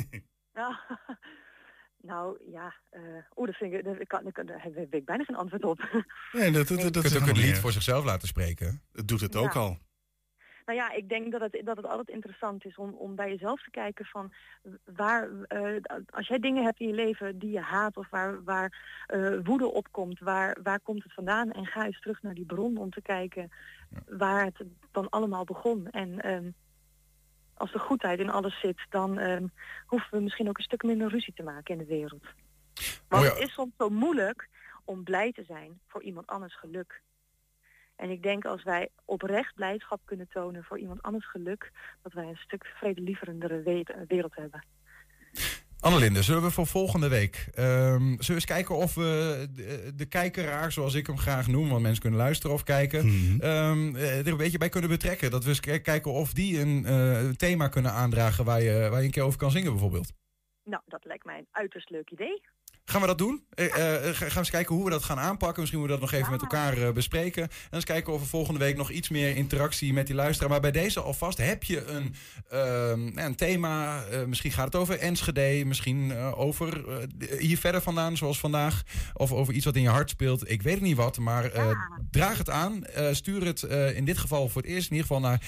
Dat vind ik, daar heb ik bijna geen antwoord op. Nee, dat kunt ook een lied voor zichzelf laten spreken. Het doet het ook al. Nou ja, ik denk dat het altijd interessant is om bij jezelf te kijken van als jij dingen hebt in je leven die je haat of waar woede opkomt, waar komt het vandaan? En ga eens terug naar die bron om te kijken waar het dan allemaal begon. En als de goedheid in alles zit, dan hoeven we misschien ook een stuk minder ruzie te maken in de wereld. Want het is soms zo moeilijk om blij te zijn voor iemand anders geluk. En ik denk als wij oprecht blijdschap kunnen tonen voor iemand anders geluk, dat wij een stuk vredelieverendere wereld hebben. Annelinde, zullen we voor volgende week zullen we eens kijken of we de kijkeraar, zoals ik hem graag noem, want mensen kunnen luisteren of kijken, er een beetje bij kunnen betrekken. Dat we eens kijken of die een thema kunnen aandragen waar je een keer over kan zingen bijvoorbeeld. Nou, dat lijkt mij een uiterst leuk idee. Gaan we dat doen? Gaan we eens kijken hoe we dat gaan aanpakken. Misschien moeten we dat nog even met elkaar bespreken. En eens kijken of we volgende week nog iets meer interactie met die luisteraar. Maar bij deze alvast, heb je een thema? Misschien gaat het over Enschede. Misschien over hier verder vandaan, zoals vandaag. Of over iets wat in je hart speelt. Ik weet het niet wat, maar draag het aan. Stuur het in dit geval voor het eerst in ieder geval naar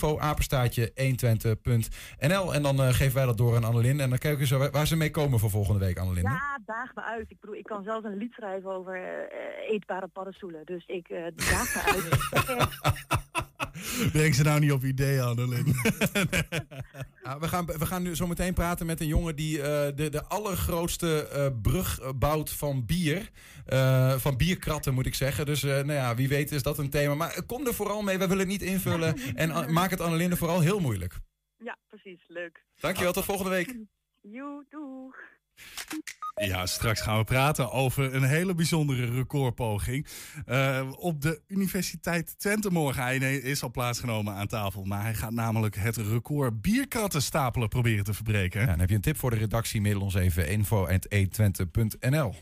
info@120.nl. En dan geven wij dat door aan Annelinde. En dan kijken ze waar ze mee komen voor volgende week, Annelinde. Ja, daag me uit. Ik bedoel, ik kan zelfs een lied schrijven over eetbare paddenstoelen. Dus ik daag me uit. Breng ze nou niet op idee, Annelinde. We gaan nu zo meteen praten met een jongen die de allergrootste brug bouwt van bier. Van bierkratten, moet ik zeggen. Dus wie weet is dat een thema. Maar kom er vooral mee. We willen het niet invullen. En maak het Annelinde vooral heel moeilijk. Ja, precies. Leuk. Dankjewel, tot volgende week. Doeg. Ja, straks gaan we praten over een hele bijzondere recordpoging. Op de Universiteit Twente morgen. Hij is al plaatsgenomen aan tafel. Maar hij gaat namelijk het record bierkatten stapelen proberen te verbreken. Ja, dan heb je een tip voor de redactie. Mail ons even info@120.nl.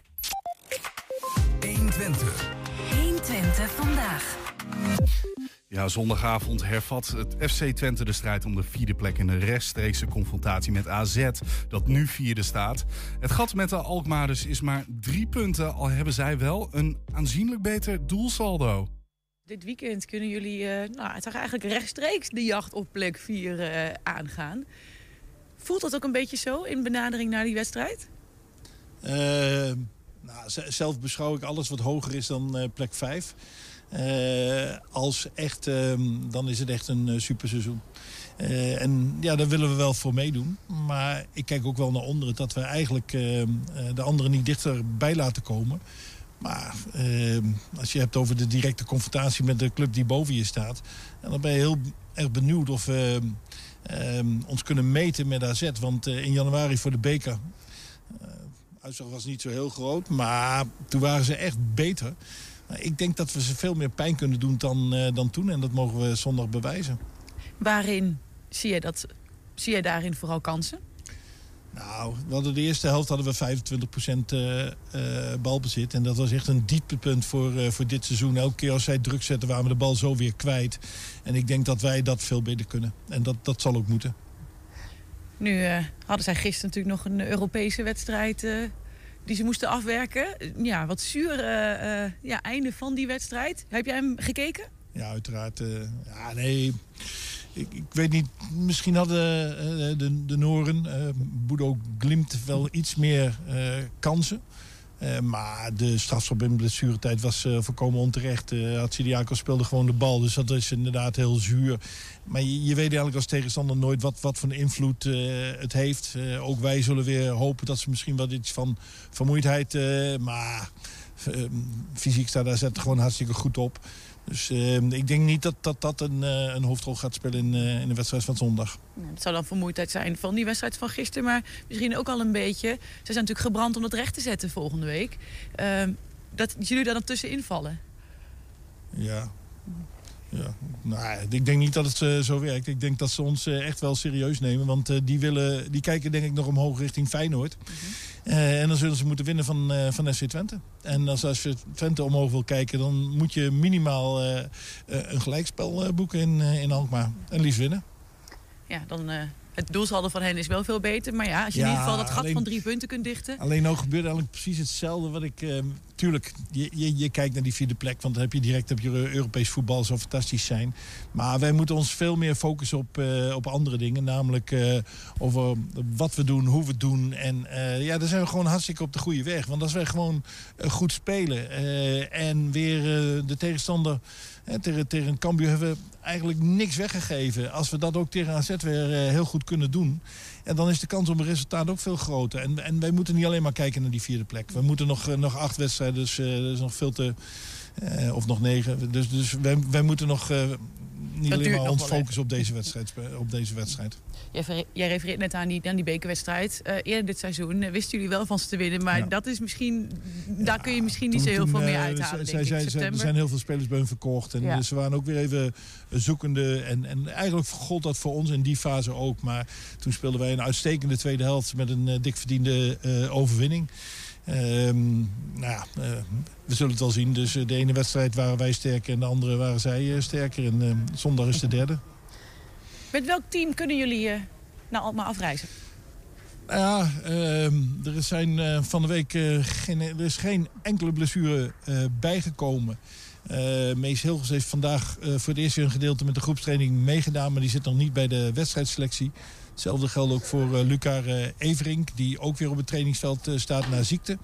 120. 120 vandaag. Ja, zondagavond hervat het FC Twente de strijd om de 4e plek in de rechtstreekse confrontatie met AZ, dat nu 4e staat. Het gat met de Alkmaarders is maar 3 punten, al hebben zij wel een aanzienlijk beter doelsaldo. Dit weekend kunnen jullie het is eigenlijk rechtstreeks de jacht op plek 4 aangaan. Voelt dat ook een beetje zo in benadering naar die wedstrijd? Zelf beschouw ik alles wat hoger is dan plek 5. Dan is het echt een superseizoen. En ja, daar willen we wel voor meedoen. Maar ik kijk ook wel naar onderen dat we eigenlijk de anderen niet dichterbij laten komen. Maar als je hebt over de directe confrontatie met de club die boven je staat, dan ben je heel erg benieuwd of we ons kunnen meten met AZ. Want in januari voor de beker, uitslag was niet zo heel groot, maar toen waren ze echt beter. Ik denk dat we ze veel meer pijn kunnen doen dan toen. En dat mogen we zondag bewijzen. Waarin zie jij daarin vooral kansen? Nou, we hadden de eerste helft hadden we 25% balbezit. En dat was echt een dieptepunt voor dit seizoen. Elke keer als zij druk zetten, waren we de bal zo weer kwijt. En ik denk dat wij dat veel beter kunnen. En dat zal ook moeten. Nu hadden zij gisteren natuurlijk nog een Europese wedstrijd die ze moesten afwerken. Ja, wat zuur einde van die wedstrijd. Heb jij hem gekeken? Ja, uiteraard. Ik weet niet, misschien hadden de Noren, Bodo Glimt, wel iets meer kansen. Maar de strafschop in blessuretijd was volkomen onterecht. Hatsidiakos speelde gewoon de bal, dus dat is inderdaad heel zuur. Maar je weet eigenlijk als tegenstander nooit wat voor een invloed het heeft. Ook wij zullen weer hopen dat ze misschien wat iets van vermoeidheid... maar fysiek staat AZ gewoon hartstikke goed op. Dus ik denk niet dat een hoofdrol gaat spelen in de wedstrijd van zondag. Het zou dan vermoeidheid zijn van die wedstrijd van gisteren. Maar misschien ook al een beetje. Ze zijn natuurlijk gebrand om dat recht te zetten volgende week. Dat jullie daar dan tussenin vallen. Ja. Nou, ik denk niet dat het zo werkt. Ik denk dat ze ons echt wel serieus nemen. Want die kijken denk ik nog omhoog richting Feyenoord. En dan zullen ze moeten winnen van SC Twente. En als je Twente omhoog wil kijken, dan moet je minimaal een gelijkspel boeken in Alkmaar. En liefst winnen. Ja, dan... Het doelsaldo van hen is wel veel beter. Maar ja, als je in ieder geval dat gat van 3 punten kunt dichten. Alleen nou gebeurt eigenlijk precies hetzelfde wat ik... tuurlijk, je kijkt naar die 4e plek. Want dan heb je Europees voetbal zou fantastisch zijn. Maar wij moeten ons veel meer focussen op andere dingen. Namelijk over wat we doen, hoe we het doen. En daar zijn we gewoon hartstikke op de goede weg. Want als wij gewoon goed spelen en weer de tegenstander... Tegen Cambuur hebben we eigenlijk niks weggegeven. Als we dat ook tegen AZ weer heel goed kunnen doen... En dan is de kans op een resultaat ook veel groter. En wij moeten niet alleen maar kijken naar die 4e plek. We moeten nog 8 wedstrijden, dus dat is nog veel te... of nog 9. Dus wij moeten nog niet alleen maar ons focussen op deze wedstrijd. Jij refereert net aan die bekerwedstrijd. Eerder dit seizoen wisten jullie wel van ze te winnen. Maar dat is misschien, daar kun je misschien niet zo heel veel meer uithalen, Er zijn heel veel spelers bij hun verkocht. En ze waren ook weer even zoekende. En eigenlijk gold dat voor ons in die fase ook. Maar toen speelden wij een uitstekende tweede helft met een dik verdiende overwinning. We zullen het wel zien. Dus de ene wedstrijd waren wij sterker en de andere waren zij sterker. En zondag is de derde. Met welk team kunnen jullie naar Alkmaar afreizen? Er zijn van de week er is geen enkele blessure bijgekomen. Mees Hilgers heeft vandaag voor het eerst weer een gedeelte met de groepstraining meegedaan. Maar die zit nog niet bij de wedstrijdselectie. Hetzelfde geldt ook voor Luca Everink, die ook weer op het trainingsveld staat na ziekte.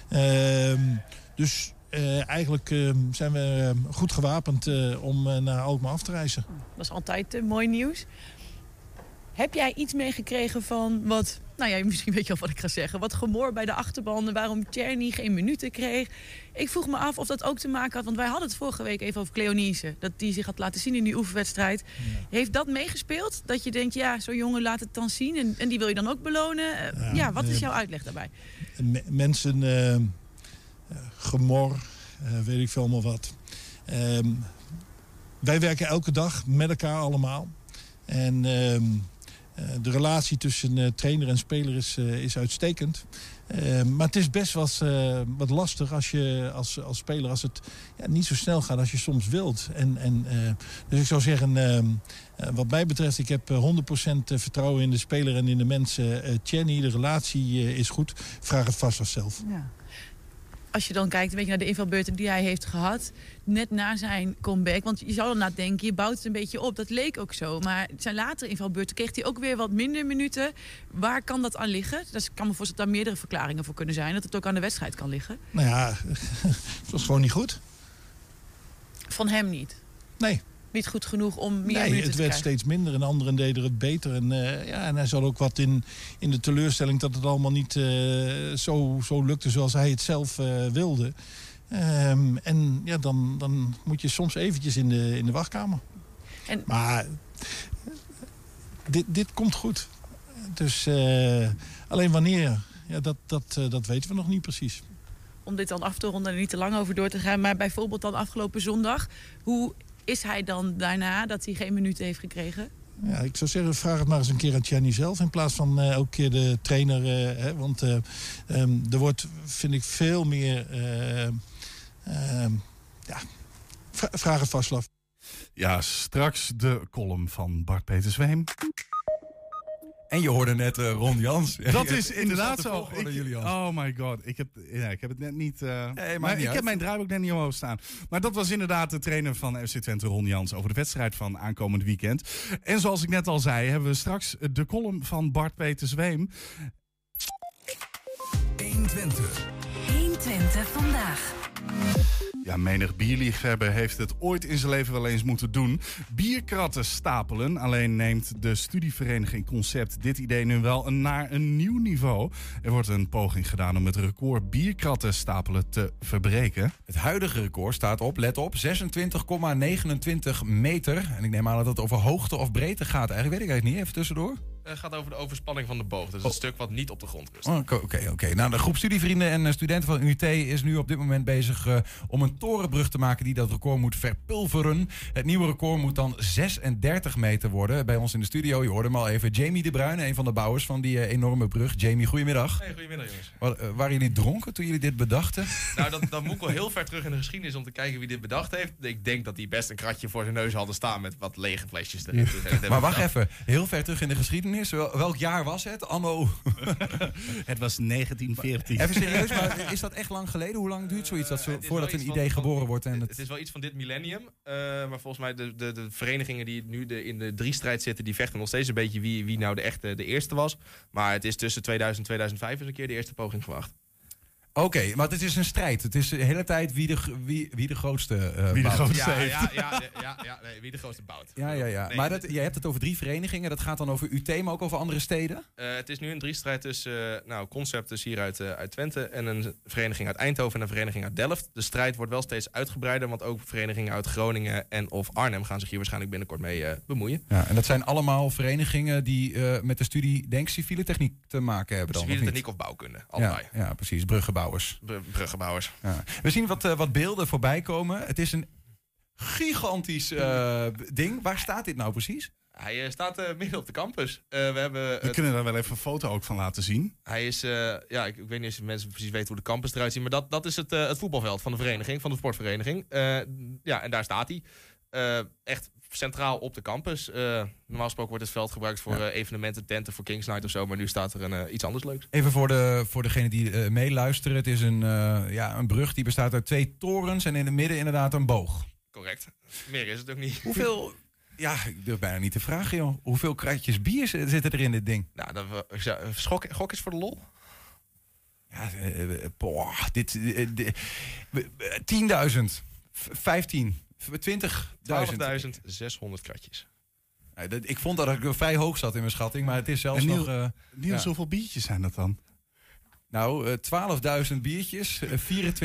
Eigenlijk zijn we goed gewapend om naar Alkmaar af te reizen. Dat is altijd mooi nieuws. Heb jij iets meegekregen van wat nou ja, misschien weet je al wat ik ga zeggen. Wat gemor bij de achterban. Waarom Tjerni geen minuten kreeg. Ik vroeg me af of dat ook te maken had. Want wij hadden het vorige week even over Cleonice. Dat die zich had laten zien in die oefenwedstrijd. Ja. Heeft dat meegespeeld? Dat je denkt, ja, zo'n jongen laat het dan zien. En die wil je dan ook belonen. Wat is jouw uitleg daarbij? Mensen, gemor, weet ik veel allemaal wat. Wij werken elke dag met elkaar allemaal. En de relatie tussen trainer en speler is uitstekend. Maar het is best wat lastig als je als speler, als het niet zo snel gaat als je soms wilt. Dus ik zou zeggen, wat mij betreft, ik heb 100% vertrouwen in de speler en in de mensen. Tjerni, de relatie is goed. Vraag het vast zelf. Ja. Als je dan kijkt een beetje naar de invalbeurten die hij heeft gehad, net na zijn comeback. Want je zou dan nadenken, je bouwt het een beetje op. Dat leek ook zo. Maar zijn latere invalbeurten kreeg hij ook weer wat minder minuten. Waar kan dat aan liggen? Dus ik kan me voorstellen dat daar meerdere verklaringen voor kunnen zijn. Dat het ook aan de wedstrijd kan liggen. Nou ja, het was gewoon niet goed. Van hem niet? Nee. Niet goed genoeg om meer minuten te krijgen? Het werd steeds minder en anderen deden het beter. En hij zat ook wat in de teleurstelling dat het allemaal niet zo lukte zoals hij het zelf wilde. Dan moet je soms eventjes in de wachtkamer. Maar dit komt goed. Dus alleen wanneer, dat weten we nog niet precies. Om dit dan af te ronden en er niet te lang over door te gaan. Maar bijvoorbeeld dan afgelopen zondag, hoe is hij dan daarna dat hij geen minuten heeft gekregen? Ja, ik zou zeggen, vraag het maar eens een keer aan Tjerni zelf in plaats van elke keer de trainer. Want er wordt, vind ik, veel meer... vraag het vast af. Ja, straks de column van Bart-Peter Zweem. En je hoorde net Ron Jans. Dat is inderdaad zo. Julian. Oh my god. Ik heb het net niet... maar ik heb mijn draaiboek net niet omhoog staan. Maar dat was inderdaad de trainer van FC Twente, Ron Jans, over de wedstrijd van aankomend weekend. En zoals ik net al zei, hebben we straks de column van Bart-Peter Zweem. 120. 120 vandaag. Ja, menig bierliefhebber heeft het ooit in zijn leven wel eens moeten doen. Bierkratten stapelen. Alleen neemt de studievereniging Concept dit idee nu wel naar een nieuw niveau. Er wordt een poging gedaan om het record bierkratten stapelen te verbreken. Het huidige record staat op, let op, 26,29 meter. En ik neem aan dat het over hoogte of breedte gaat. Eigenlijk weet ik eigenlijk niet, even tussendoor. Het gaat over de overspanning van de boog. Dus een stuk wat niet op de grond rust. Oké. Nou, de groep studievrienden en studenten van UT is nu op dit moment bezig om een torenbrug te maken die dat record moet verpulveren. Het nieuwe record moet dan 36 meter worden. Bij ons in de studio, je hoorde hem al even, Jamie de Bruyne, een van de bouwers van die enorme brug. Jamie, goedemiddag. Hey, goedemiddag jongens. Waren jullie dronken toen jullie dit bedachten? Nou, dan moet ik wel heel ver terug in de geschiedenis om te kijken wie dit bedacht heeft. Ik denk dat die best een kratje voor zijn neus hadden staan met wat lege flesjes erin. Maar wacht even, heel ver terug in de geschiedenis. Welk jaar was het? Anno? Het was 1914. Even serieus, maar is dat echt lang geleden? Hoe lang duurt zoiets voordat een idee geboren wordt? En het is wel iets van dit millennium. Maar volgens mij de verenigingen die nu in de drie-strijd zitten, die vechten nog steeds een beetje wie nou de eerste was. Maar het is tussen 2000 en 2005 eens een keer de eerste poging gewaagd. Oké, maar het is een strijd. Het is de hele tijd wie de grootste bouwt. Wie de grootste heeft. Wie de grootste bouwt. Ja. Nee, maar je hebt het over 3 verenigingen. Dat gaat dan over UT, maar ook over andere steden? Het is nu een drie-strijd tussen Concept dus hier uit Twente en een vereniging uit Eindhoven en een vereniging uit Delft. De strijd wordt wel steeds uitgebreider, want ook verenigingen uit Groningen en of Arnhem gaan zich hier waarschijnlijk binnenkort mee bemoeien. Ja, en dat zijn allemaal verenigingen die met de studie, denk ik, civiele techniek te maken hebben dan, civiele techniek of bouwkunde, allebei. Ja, precies. Bruggenbouwers. Bruggenbouwers. Ja. We zien wat beelden voorbij komen. Het is een gigantisch ding. Waar staat dit nou precies? Hij staat midden op de campus. We kunnen daar wel even een foto ook van laten zien. Hij is, ik weet niet of mensen precies weten hoe de campus eruit ziet, maar dat is het voetbalveld van de vereniging, van de sportvereniging. En daar staat hij. Echt centraal op de campus. Normaal gesproken wordt het veld gebruikt voor evenementen, tenten voor Kings Night of zo. Maar nu staat er iets anders leuks. Even voor degenen die meeluisteren. Het is een brug die bestaat uit 2 torens en in het midden inderdaad een boog. Correct. Meer is het ook niet. Hoeveel... Ja, ik durf bijna niet te vragen, joh. Hoeveel kratjes bier zitten er in dit ding? Nou, gok is voor de lol. Ja, 10.000. 15. 20.000. 12.600 kratjes. Ik vond dat ik vrij hoog zat in mijn schatting, maar het is zelfs nog... Niels, hoeveel biertjes zijn dat dan? Nou, 12.000 biertjes, 12.000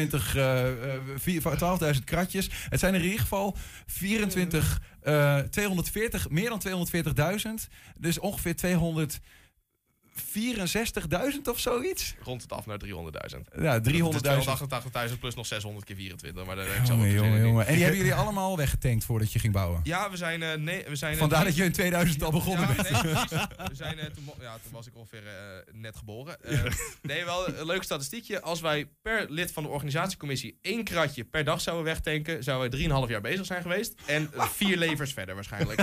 kratjes. Het zijn er in ieder geval 240, meer dan 240.000. Dus ongeveer 264.000 of zoiets. Rond het af naar 300.000. Ja, 300.000. 288.000 plus nog 600 keer 24. Maar daar heb ik zo jongen. En die hebben jullie allemaal weggetankt voordat je ging bouwen? Ja, we zijn vandaar dat je in 2000 al begonnen bent. Nee, we zijn toen was ik ongeveer net geboren. Nee, wel een leuk statistiekje. Als wij per lid van de organisatiecommissie 1 kratje per dag zouden wegtanken, zouden we 3,5 jaar bezig zijn geweest. En 4 levens verder waarschijnlijk.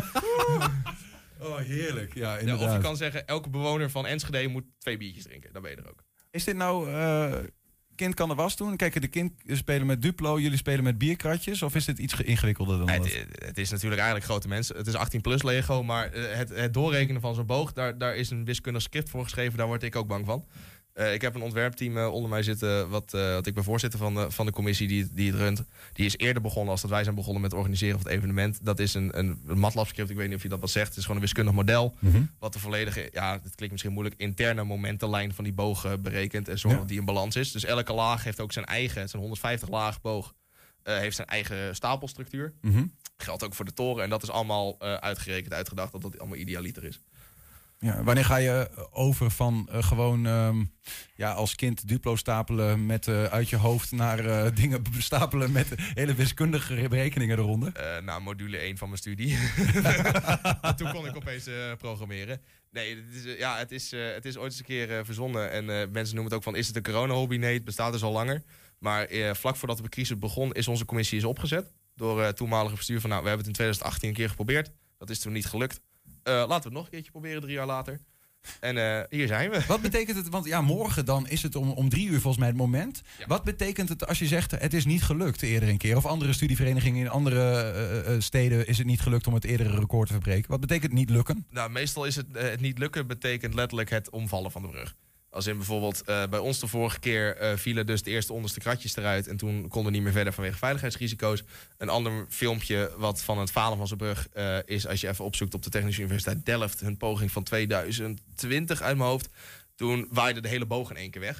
Oh, heerlijk. Ja, inderdaad. Of je kan zeggen, elke bewoner van Enschede moet 2 biertjes drinken. Dan ben je er ook. Is dit nou... kind kan de was doen? Kijk, de kind spelen met Duplo, jullie spelen met bierkratjes? Of is dit iets ingewikkelder dan dat? Het is natuurlijk eigenlijk grote mensen. Het is 18 plus Lego, maar het doorrekenen van zo'n boog, daar is een wiskundig script voor geschreven. Daar word ik ook bang van. Ik heb een ontwerpteam onder mij zitten, wat ik ben voorzitter van de commissie die het runt. Die is eerder begonnen als dat wij zijn begonnen met het organiseren van het evenement. Dat is een MATLAB script, ik weet niet of je dat wat zegt. Het is gewoon een wiskundig model, wat de volledige, het klinkt misschien moeilijk, interne momentenlijn van die boog berekent en zorgt dat die in balans is. Dus elke laag heeft ook zijn eigen, het is een 150 laag boog, heeft zijn eigen stapelstructuur. Geldt ook voor de toren en dat is allemaal uitgerekend, uitgedacht, dat dat allemaal idealiter is. Ja, wanneer ga je over van gewoon als kind Duplo stapelen met uit je hoofd naar dingen stapelen met hele wiskundige berekeningen eronder? Module 1 van mijn studie. Toen kon ik opeens programmeren. Nee, het is ooit eens een keer verzonnen. En mensen noemen het ook van, is het een corona-hobby? Nee, het bestaat dus al langer. Maar vlak voordat de crisis begon, is onze commissie opgezet. Door het toenmalige bestuur van, we hebben het in 2018 een keer geprobeerd. Dat is toen niet gelukt. Laten we het nog een keertje proberen 3 jaar later. En hier zijn we. Wat betekent het? Want morgen dan is het om 3 uur volgens mij het moment. Ja. Wat betekent het als je zegt het is niet gelukt eerder een keer? Of andere studieverenigingen in andere steden is het niet gelukt om het eerdere record te verbreken? Wat betekent niet lukken? Nou, meestal is het niet lukken betekent letterlijk het omvallen van de brug. Als in bijvoorbeeld bij ons de vorige keer vielen dus de eerste onderste kratjes eruit. En toen konden we niet meer verder vanwege veiligheidsrisico's. Een ander filmpje wat van het falen van zijn brug is, als je even opzoekt op de Technische Universiteit Delft, hun poging van 2020 uit mijn hoofd. Toen waaide de hele boog in 1 keer weg.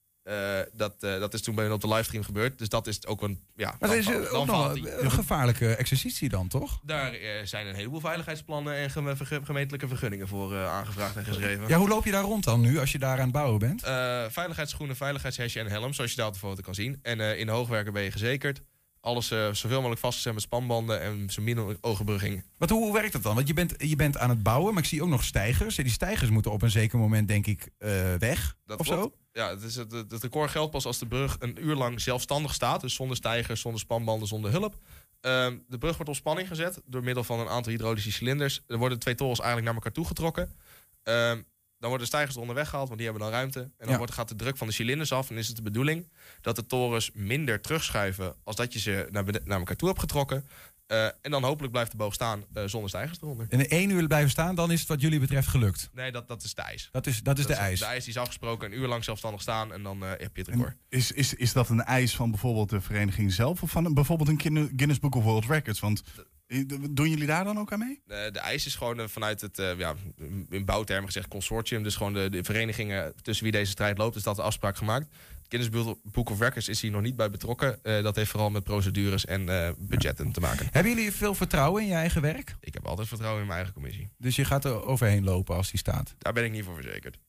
Dat is toen bij hun op de livestream gebeurd. Dus dat is ook een... Ja, maar dat is ook nog een gevaarlijke exercitie dan, toch? Daar zijn een heleboel veiligheidsplannen en gemeentelijke vergunningen voor aangevraagd en geschreven. Ja, hoe loop je daar rond dan nu, als je daar aan het bouwen bent? Veiligheidsschoenen, veiligheidshesje en helm, zoals je daar op de foto kan zien. En in de hoogwerken ben je gezekerd. Alles zoveel mogelijk vastgezet met spanbanden en zo min mogelijk ogenbrugging. Maar hoe werkt dat dan? Want je bent aan het bouwen, maar ik zie ook nog stijgers. En die stijgers moeten op een zeker moment, denk ik, weg. Dat of klopt. Zo? Ja, het record geldt pas als de brug een uur lang zelfstandig staat. Dus zonder stijgers, zonder spanbanden, zonder hulp. De brug wordt op spanning gezet door middel van een aantal hydraulische cilinders. Er worden 2 torens eigenlijk naar elkaar toe getrokken. Dan worden de stijgers eronder weggehaald, want die hebben dan ruimte. En dan gaat de druk van de cilinders af. En is het de bedoeling dat de torens minder terugschuiven als dat je ze naar elkaar toe hebt getrokken. En dan hopelijk blijft de boog staan zonder stijgers eronder. En in 1 uur blijven staan, dan is het wat jullie betreft gelukt? Nee, dat is de eis. Dat is de eis? De eis die is afgesproken, een uur lang zelfstandig staan en dan heb je het record. Is dat een eis van bijvoorbeeld de vereniging zelf of van bijvoorbeeld een Guinness Book of World Records? Want doen jullie daar dan ook aan mee? De eis is gewoon vanuit het, in bouwtermen gezegd, consortium. Dus gewoon de verenigingen tussen wie deze strijd loopt, is dat de afspraak gemaakt. Guinness Book of Records is hier nog niet bij betrokken. Dat heeft vooral met procedures en budgetten te maken. Hebben jullie veel vertrouwen in je eigen werk? Ik heb altijd vertrouwen in mijn eigen commissie. Dus je gaat er overheen lopen als die staat? Daar ben ik niet voor verzekerd.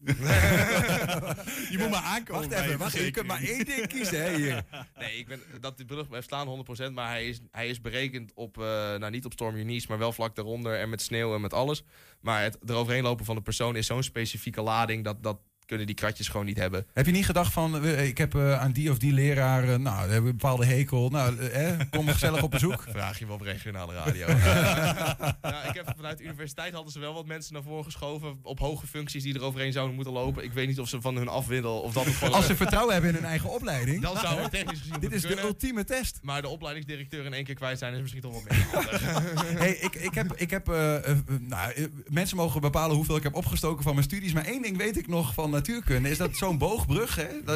Je moet maar aankomen. Wacht even, je kunt maar 1 ding kiezen hè, hier. Nee, dat die brug blijft staan 100%. Maar hij is berekend op, niet op Storm Eunice, maar wel vlak daaronder. En met sneeuw en met alles. Maar het eroverheen lopen van de persoon is zo'n specifieke lading dat kunnen die kratjes gewoon niet hebben. Heb je niet gedacht van, ik heb aan die of die leraar, we hebben een bepaalde hekel. Kom gezellig op bezoek. Vraag je wel op regionale radio. Ik heb vanuit de universiteit hadden ze wel wat mensen naar voren geschoven op hoge functies die er overheen zouden moeten lopen. Ik weet niet of ze van hun afwindel of dat het gewoon... Als ze vertrouwen hebben in hun eigen opleiding. Dan zou het technisch gezien dit is kunnen. De ultieme test. Maar de opleidingsdirecteur in 1 keer kwijt zijn is misschien toch wat minder. Hey, mensen mogen bepalen hoeveel ik heb opgestoken van mijn studies. Maar 1 ding weet ik nog van natuurkunde is dat zo'n boogbrug,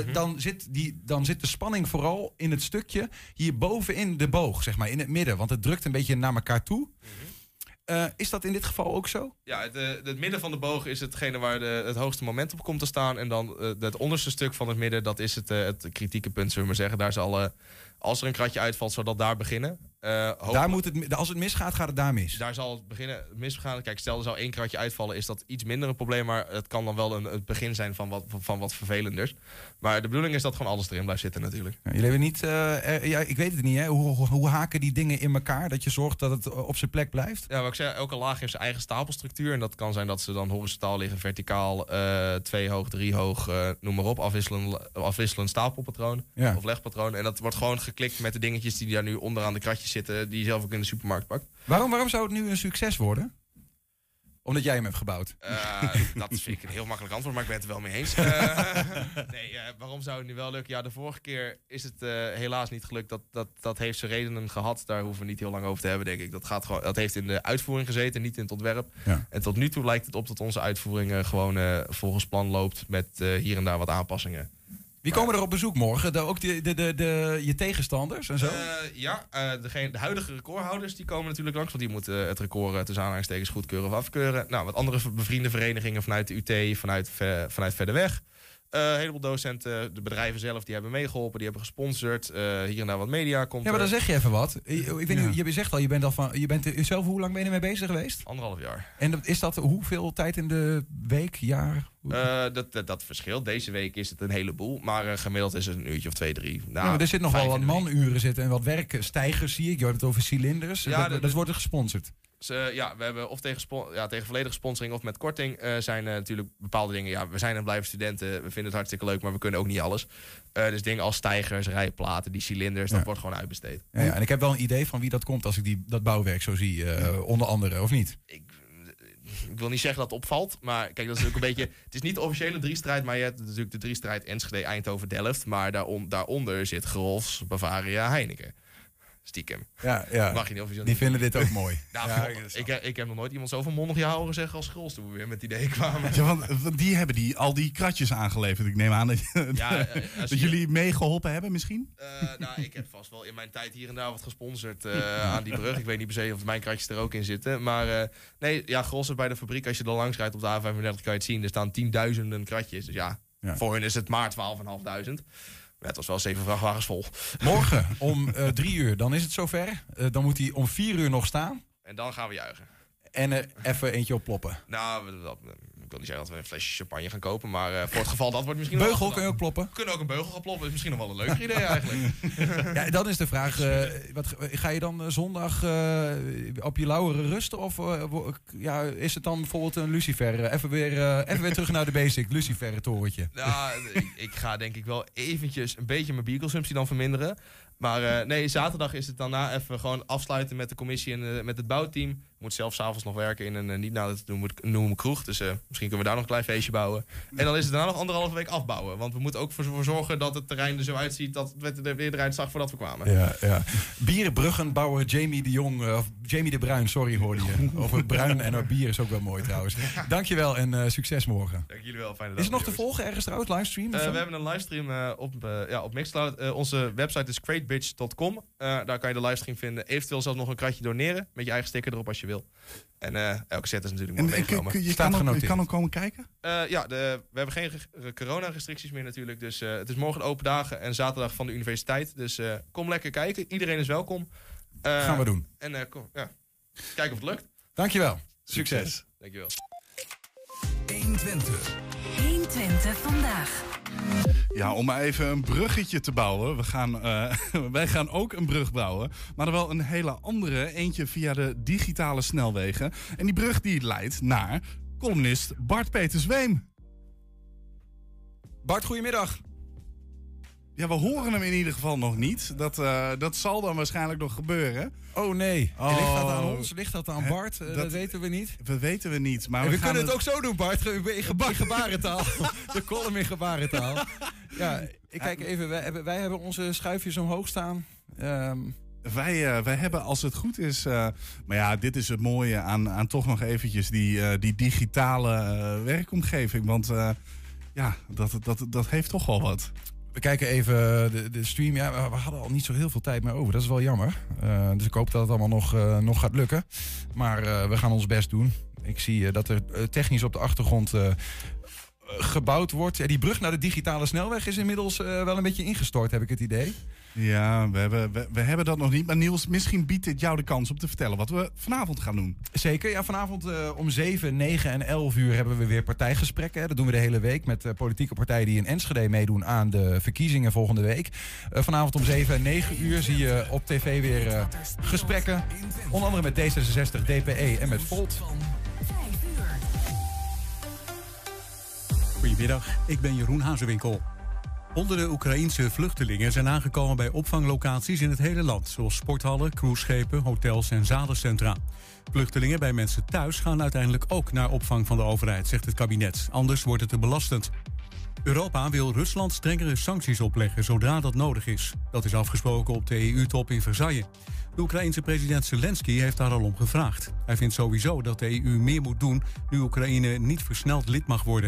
dan zit de spanning vooral in het stukje hier bovenin de boog, zeg maar, in het midden. Want het drukt een beetje naar elkaar toe. Is dat in dit geval ook zo? Ja, het midden van de boog is hetgene waar het hoogste moment op komt te staan. En dan het onderste stuk van het midden, dat is het kritieke punt, zullen we maar zeggen. Daar zal, als er een kratje uitvalt, zal dat daar beginnen. Daar moet als het misgaat, gaat het daar mis? Daar zal het beginnen misgaan. Kijk, stel er zou 1 kratje uitvallen, is dat iets minder een probleem. Maar het kan dan wel het begin zijn van wat vervelenders. Maar de bedoeling is dat gewoon alles erin blijft zitten natuurlijk. Ja, jullie hebben niet... ik weet het niet, hè? Hoe haken die dingen in elkaar? Dat je zorgt dat het op zijn plek blijft? Ja, wat ik zei, elke laag heeft zijn eigen stapelstructuur. En dat kan zijn dat ze dan horizontaal liggen, verticaal, 2 hoog, 3 hoog, noem maar op. Afwisselend stapelpatroon of legpatroon. En dat wordt gewoon geklikt met de dingetjes die daar nu onderaan de kratjes zitten, die je zelf ook in de supermarkt pakt. Waarom zou het nu een succes worden? Omdat jij hem hebt gebouwd. Dat vind ik een heel makkelijk antwoord, maar ik ben het er wel mee eens. Waarom zou het nu wel lukken? Ja, de vorige keer is het helaas niet gelukt. Dat heeft zijn redenen gehad. Daar hoeven we niet heel lang over te hebben, denk ik. Dat heeft in de uitvoering gezeten, niet in het ontwerp. Ja. En tot nu toe lijkt het op dat onze uitvoering gewoon volgens plan loopt met hier en daar wat aanpassingen. Wie komen er op bezoek morgen? Ook je tegenstanders en zo? De huidige recordhouders die komen natuurlijk langs. Want die moeten het record tussen aanhalingstekens goedkeuren of afkeuren. Nou, wat andere bevriende verenigingen vanuit de UT, vanuit verder weg. Een heleboel docenten, de bedrijven zelf, die hebben meegeholpen, die hebben gesponsord. Hier en daar wat media komt. Ja, maar dan zeg je even wat. Ik weet niet, je zegt al, je bent zelf, hoe lang ben je ermee bezig geweest? 1,5 jaar. En is dat hoeveel tijd in de week, jaar? Dat verschilt. Deze week is het een heleboel. Maar gemiddeld is het een uurtje of 2, 3. Nou, maar er zit nog wel wat manuren zitten en wat werkstijgers zie ik. Je hebt het over cilinders. Ja, dat wordt er gesponsord. We hebben of tegen volledige sponsoring of met korting zijn natuurlijk bepaalde dingen. Ja, we zijn en blijven studenten. We vinden het hartstikke leuk, maar we kunnen ook niet alles. Dus dingen als stijgers, rijplaten, die cilinders, dat wordt gewoon uitbesteed. Ja, en ik heb wel een idee van wie dat komt als ik dat bouwwerk zo zie, onder andere, of niet? Ik wil niet zeggen dat het opvalt, maar kijk, dat is ook een beetje. Het is niet de officiële driestrijd, maar je hebt natuurlijk de driestrijd Enschede, Eindhoven, Delft. Maar daaronder zit Grolsch, Bavaria, Heineken. Stiekem. Ja. Mag je niet officieel. Die vinden dit ook mooi. Ik heb nog nooit iemand zo van mondig houden zeggen als Grolsch toen we weer met het idee kwamen. Ja, want die hebben al die kratjes aangeleverd. Ik neem aan dat jullie meegeholpen hebben misschien? Ik heb vast wel in mijn tijd hier en daar wat gesponsord aan die brug. Ik weet niet per se of mijn kratjes er ook in zitten. Maar Grolsch bij de fabriek, als je er langs rijdt op de A35 kan je het zien. Er staan 10.000 kratjes. Dus voor hen is het maar 12.500. Ja, het was wel 7 vrachtwagens vol. Morgen om 3 uur, dan is het zover. Dan moet hij om 4 uur nog staan. En dan gaan we juichen. En er even eentje op ploppen. Nou, ik wil niet zeggen dat we een flesje champagne gaan kopen. Maar voor het geval dat wordt misschien beugel kun je ook ploppen? We kunnen ook een beugel gaan ploppen. Dat is misschien nog wel een leuker idee eigenlijk. Ja, dan is de vraag, ga je dan zondag op je lauweren rusten? Of is het dan bijvoorbeeld een Lucifer? Even weer terug naar de basic, Lucifer-torentje. Nou, ik ga denk ik wel eventjes een beetje mijn bierconsumptie dan verminderen. Maar zaterdag is het daarna even gewoon afsluiten met de commissie en met het bouwteam. Ik moet zelf 's avonds nog werken in een niet nader te noemen kroeg. Dus misschien kunnen we daar nog een klein feestje bouwen. En dan is het daarna nog 1,5 week afbouwen. Want we moeten ook voor zorgen dat het terrein er zo uitziet dat het er weer eruit zag voordat we kwamen. Ja. Bierenbruggenbouwer Jamie de Jong, of Jamie de Bruin, sorry hoorde je. Over bruin en bier is ook wel mooi trouwens. Dankjewel en succes morgen. Dank jullie wel, fijne dag. Is het nog te volgen ergens trouwens, livestream? We hebben een livestream op Mixcloud. Onze website is cratebitch.com. Daar kan je de livestream vinden. Eventueel zelfs nog een kratje doneren. Met je eigen sticker erop als je wil. En elke set is natuurlijk mooi meegenomen. Je kan ook komen kijken? We hebben geen corona-restricties meer natuurlijk. Dus het is morgen open dagen en zaterdag van de universiteit. Dus kom lekker kijken. Iedereen is welkom. Gaan we doen. En kijk of het lukt. Dankjewel. Succes. Dankjewel. 120. 120 vandaag. Ja, om maar even een bruggetje te bouwen. Wij gaan ook een brug bouwen. Maar dan wel een hele andere. Eentje via de digitale snelwegen. En die brug die leidt naar columnist Bart-Peter Zweem. Bart, goedemiddag. Ja, we horen hem in ieder geval nog niet. Dat zal dan waarschijnlijk nog gebeuren. Oh nee. Ligt dat aan ons? Ligt dat aan Bart? Dat weten we niet. Dat weten we niet. Maar we kunnen het ook zo doen, Bart. In gebarentaal. De column in gebarentaal. Ja, ik kijk even. Wij hebben onze schuifjes omhoog staan. Wij hebben, als het goed is... maar ja, dit is het mooie aan toch nog eventjes die digitale werkomgeving. Want dat heeft toch wel wat. We kijken even de stream. Ja, we hadden al niet zo heel veel tijd meer over. Dat is wel jammer. Dus ik hoop dat het allemaal nog gaat lukken. Maar we gaan ons best doen. Ik zie dat er technisch op de achtergrond gebouwd wordt. Ja, die brug naar de digitale snelweg is inmiddels wel een beetje ingestort, heb ik het idee. Ja, we hebben dat nog niet. Maar Niels, misschien biedt dit jou de kans om te vertellen wat we vanavond gaan doen. Zeker. Ja, vanavond om 7, 9 en 11 uur hebben we weer partijgesprekken. Hè. Dat doen we de hele week met politieke partijen die in Enschede meedoen aan de verkiezingen volgende week. Vanavond om 7 en 9 uur zie je op tv weer gesprekken. Onder andere met D66, DPE en met Volt. Goedemiddag, ik ben Jeroen Hazewinkel. Honderden Oekraïense vluchtelingen zijn aangekomen bij opvanglocaties in het hele land, zoals sporthallen, cruiseschepen, hotels en zadencentra. Vluchtelingen bij mensen thuis gaan uiteindelijk ook naar opvang van de overheid, zegt het kabinet. Anders wordt het te belastend. Europa wil Rusland strengere sancties opleggen zodra dat nodig is. Dat is afgesproken op de EU-top in Versailles. De Oekraïense president Zelensky heeft daar al om gevraagd. Hij vindt sowieso dat de EU meer moet doen nu Oekraïne niet versneld lid mag worden.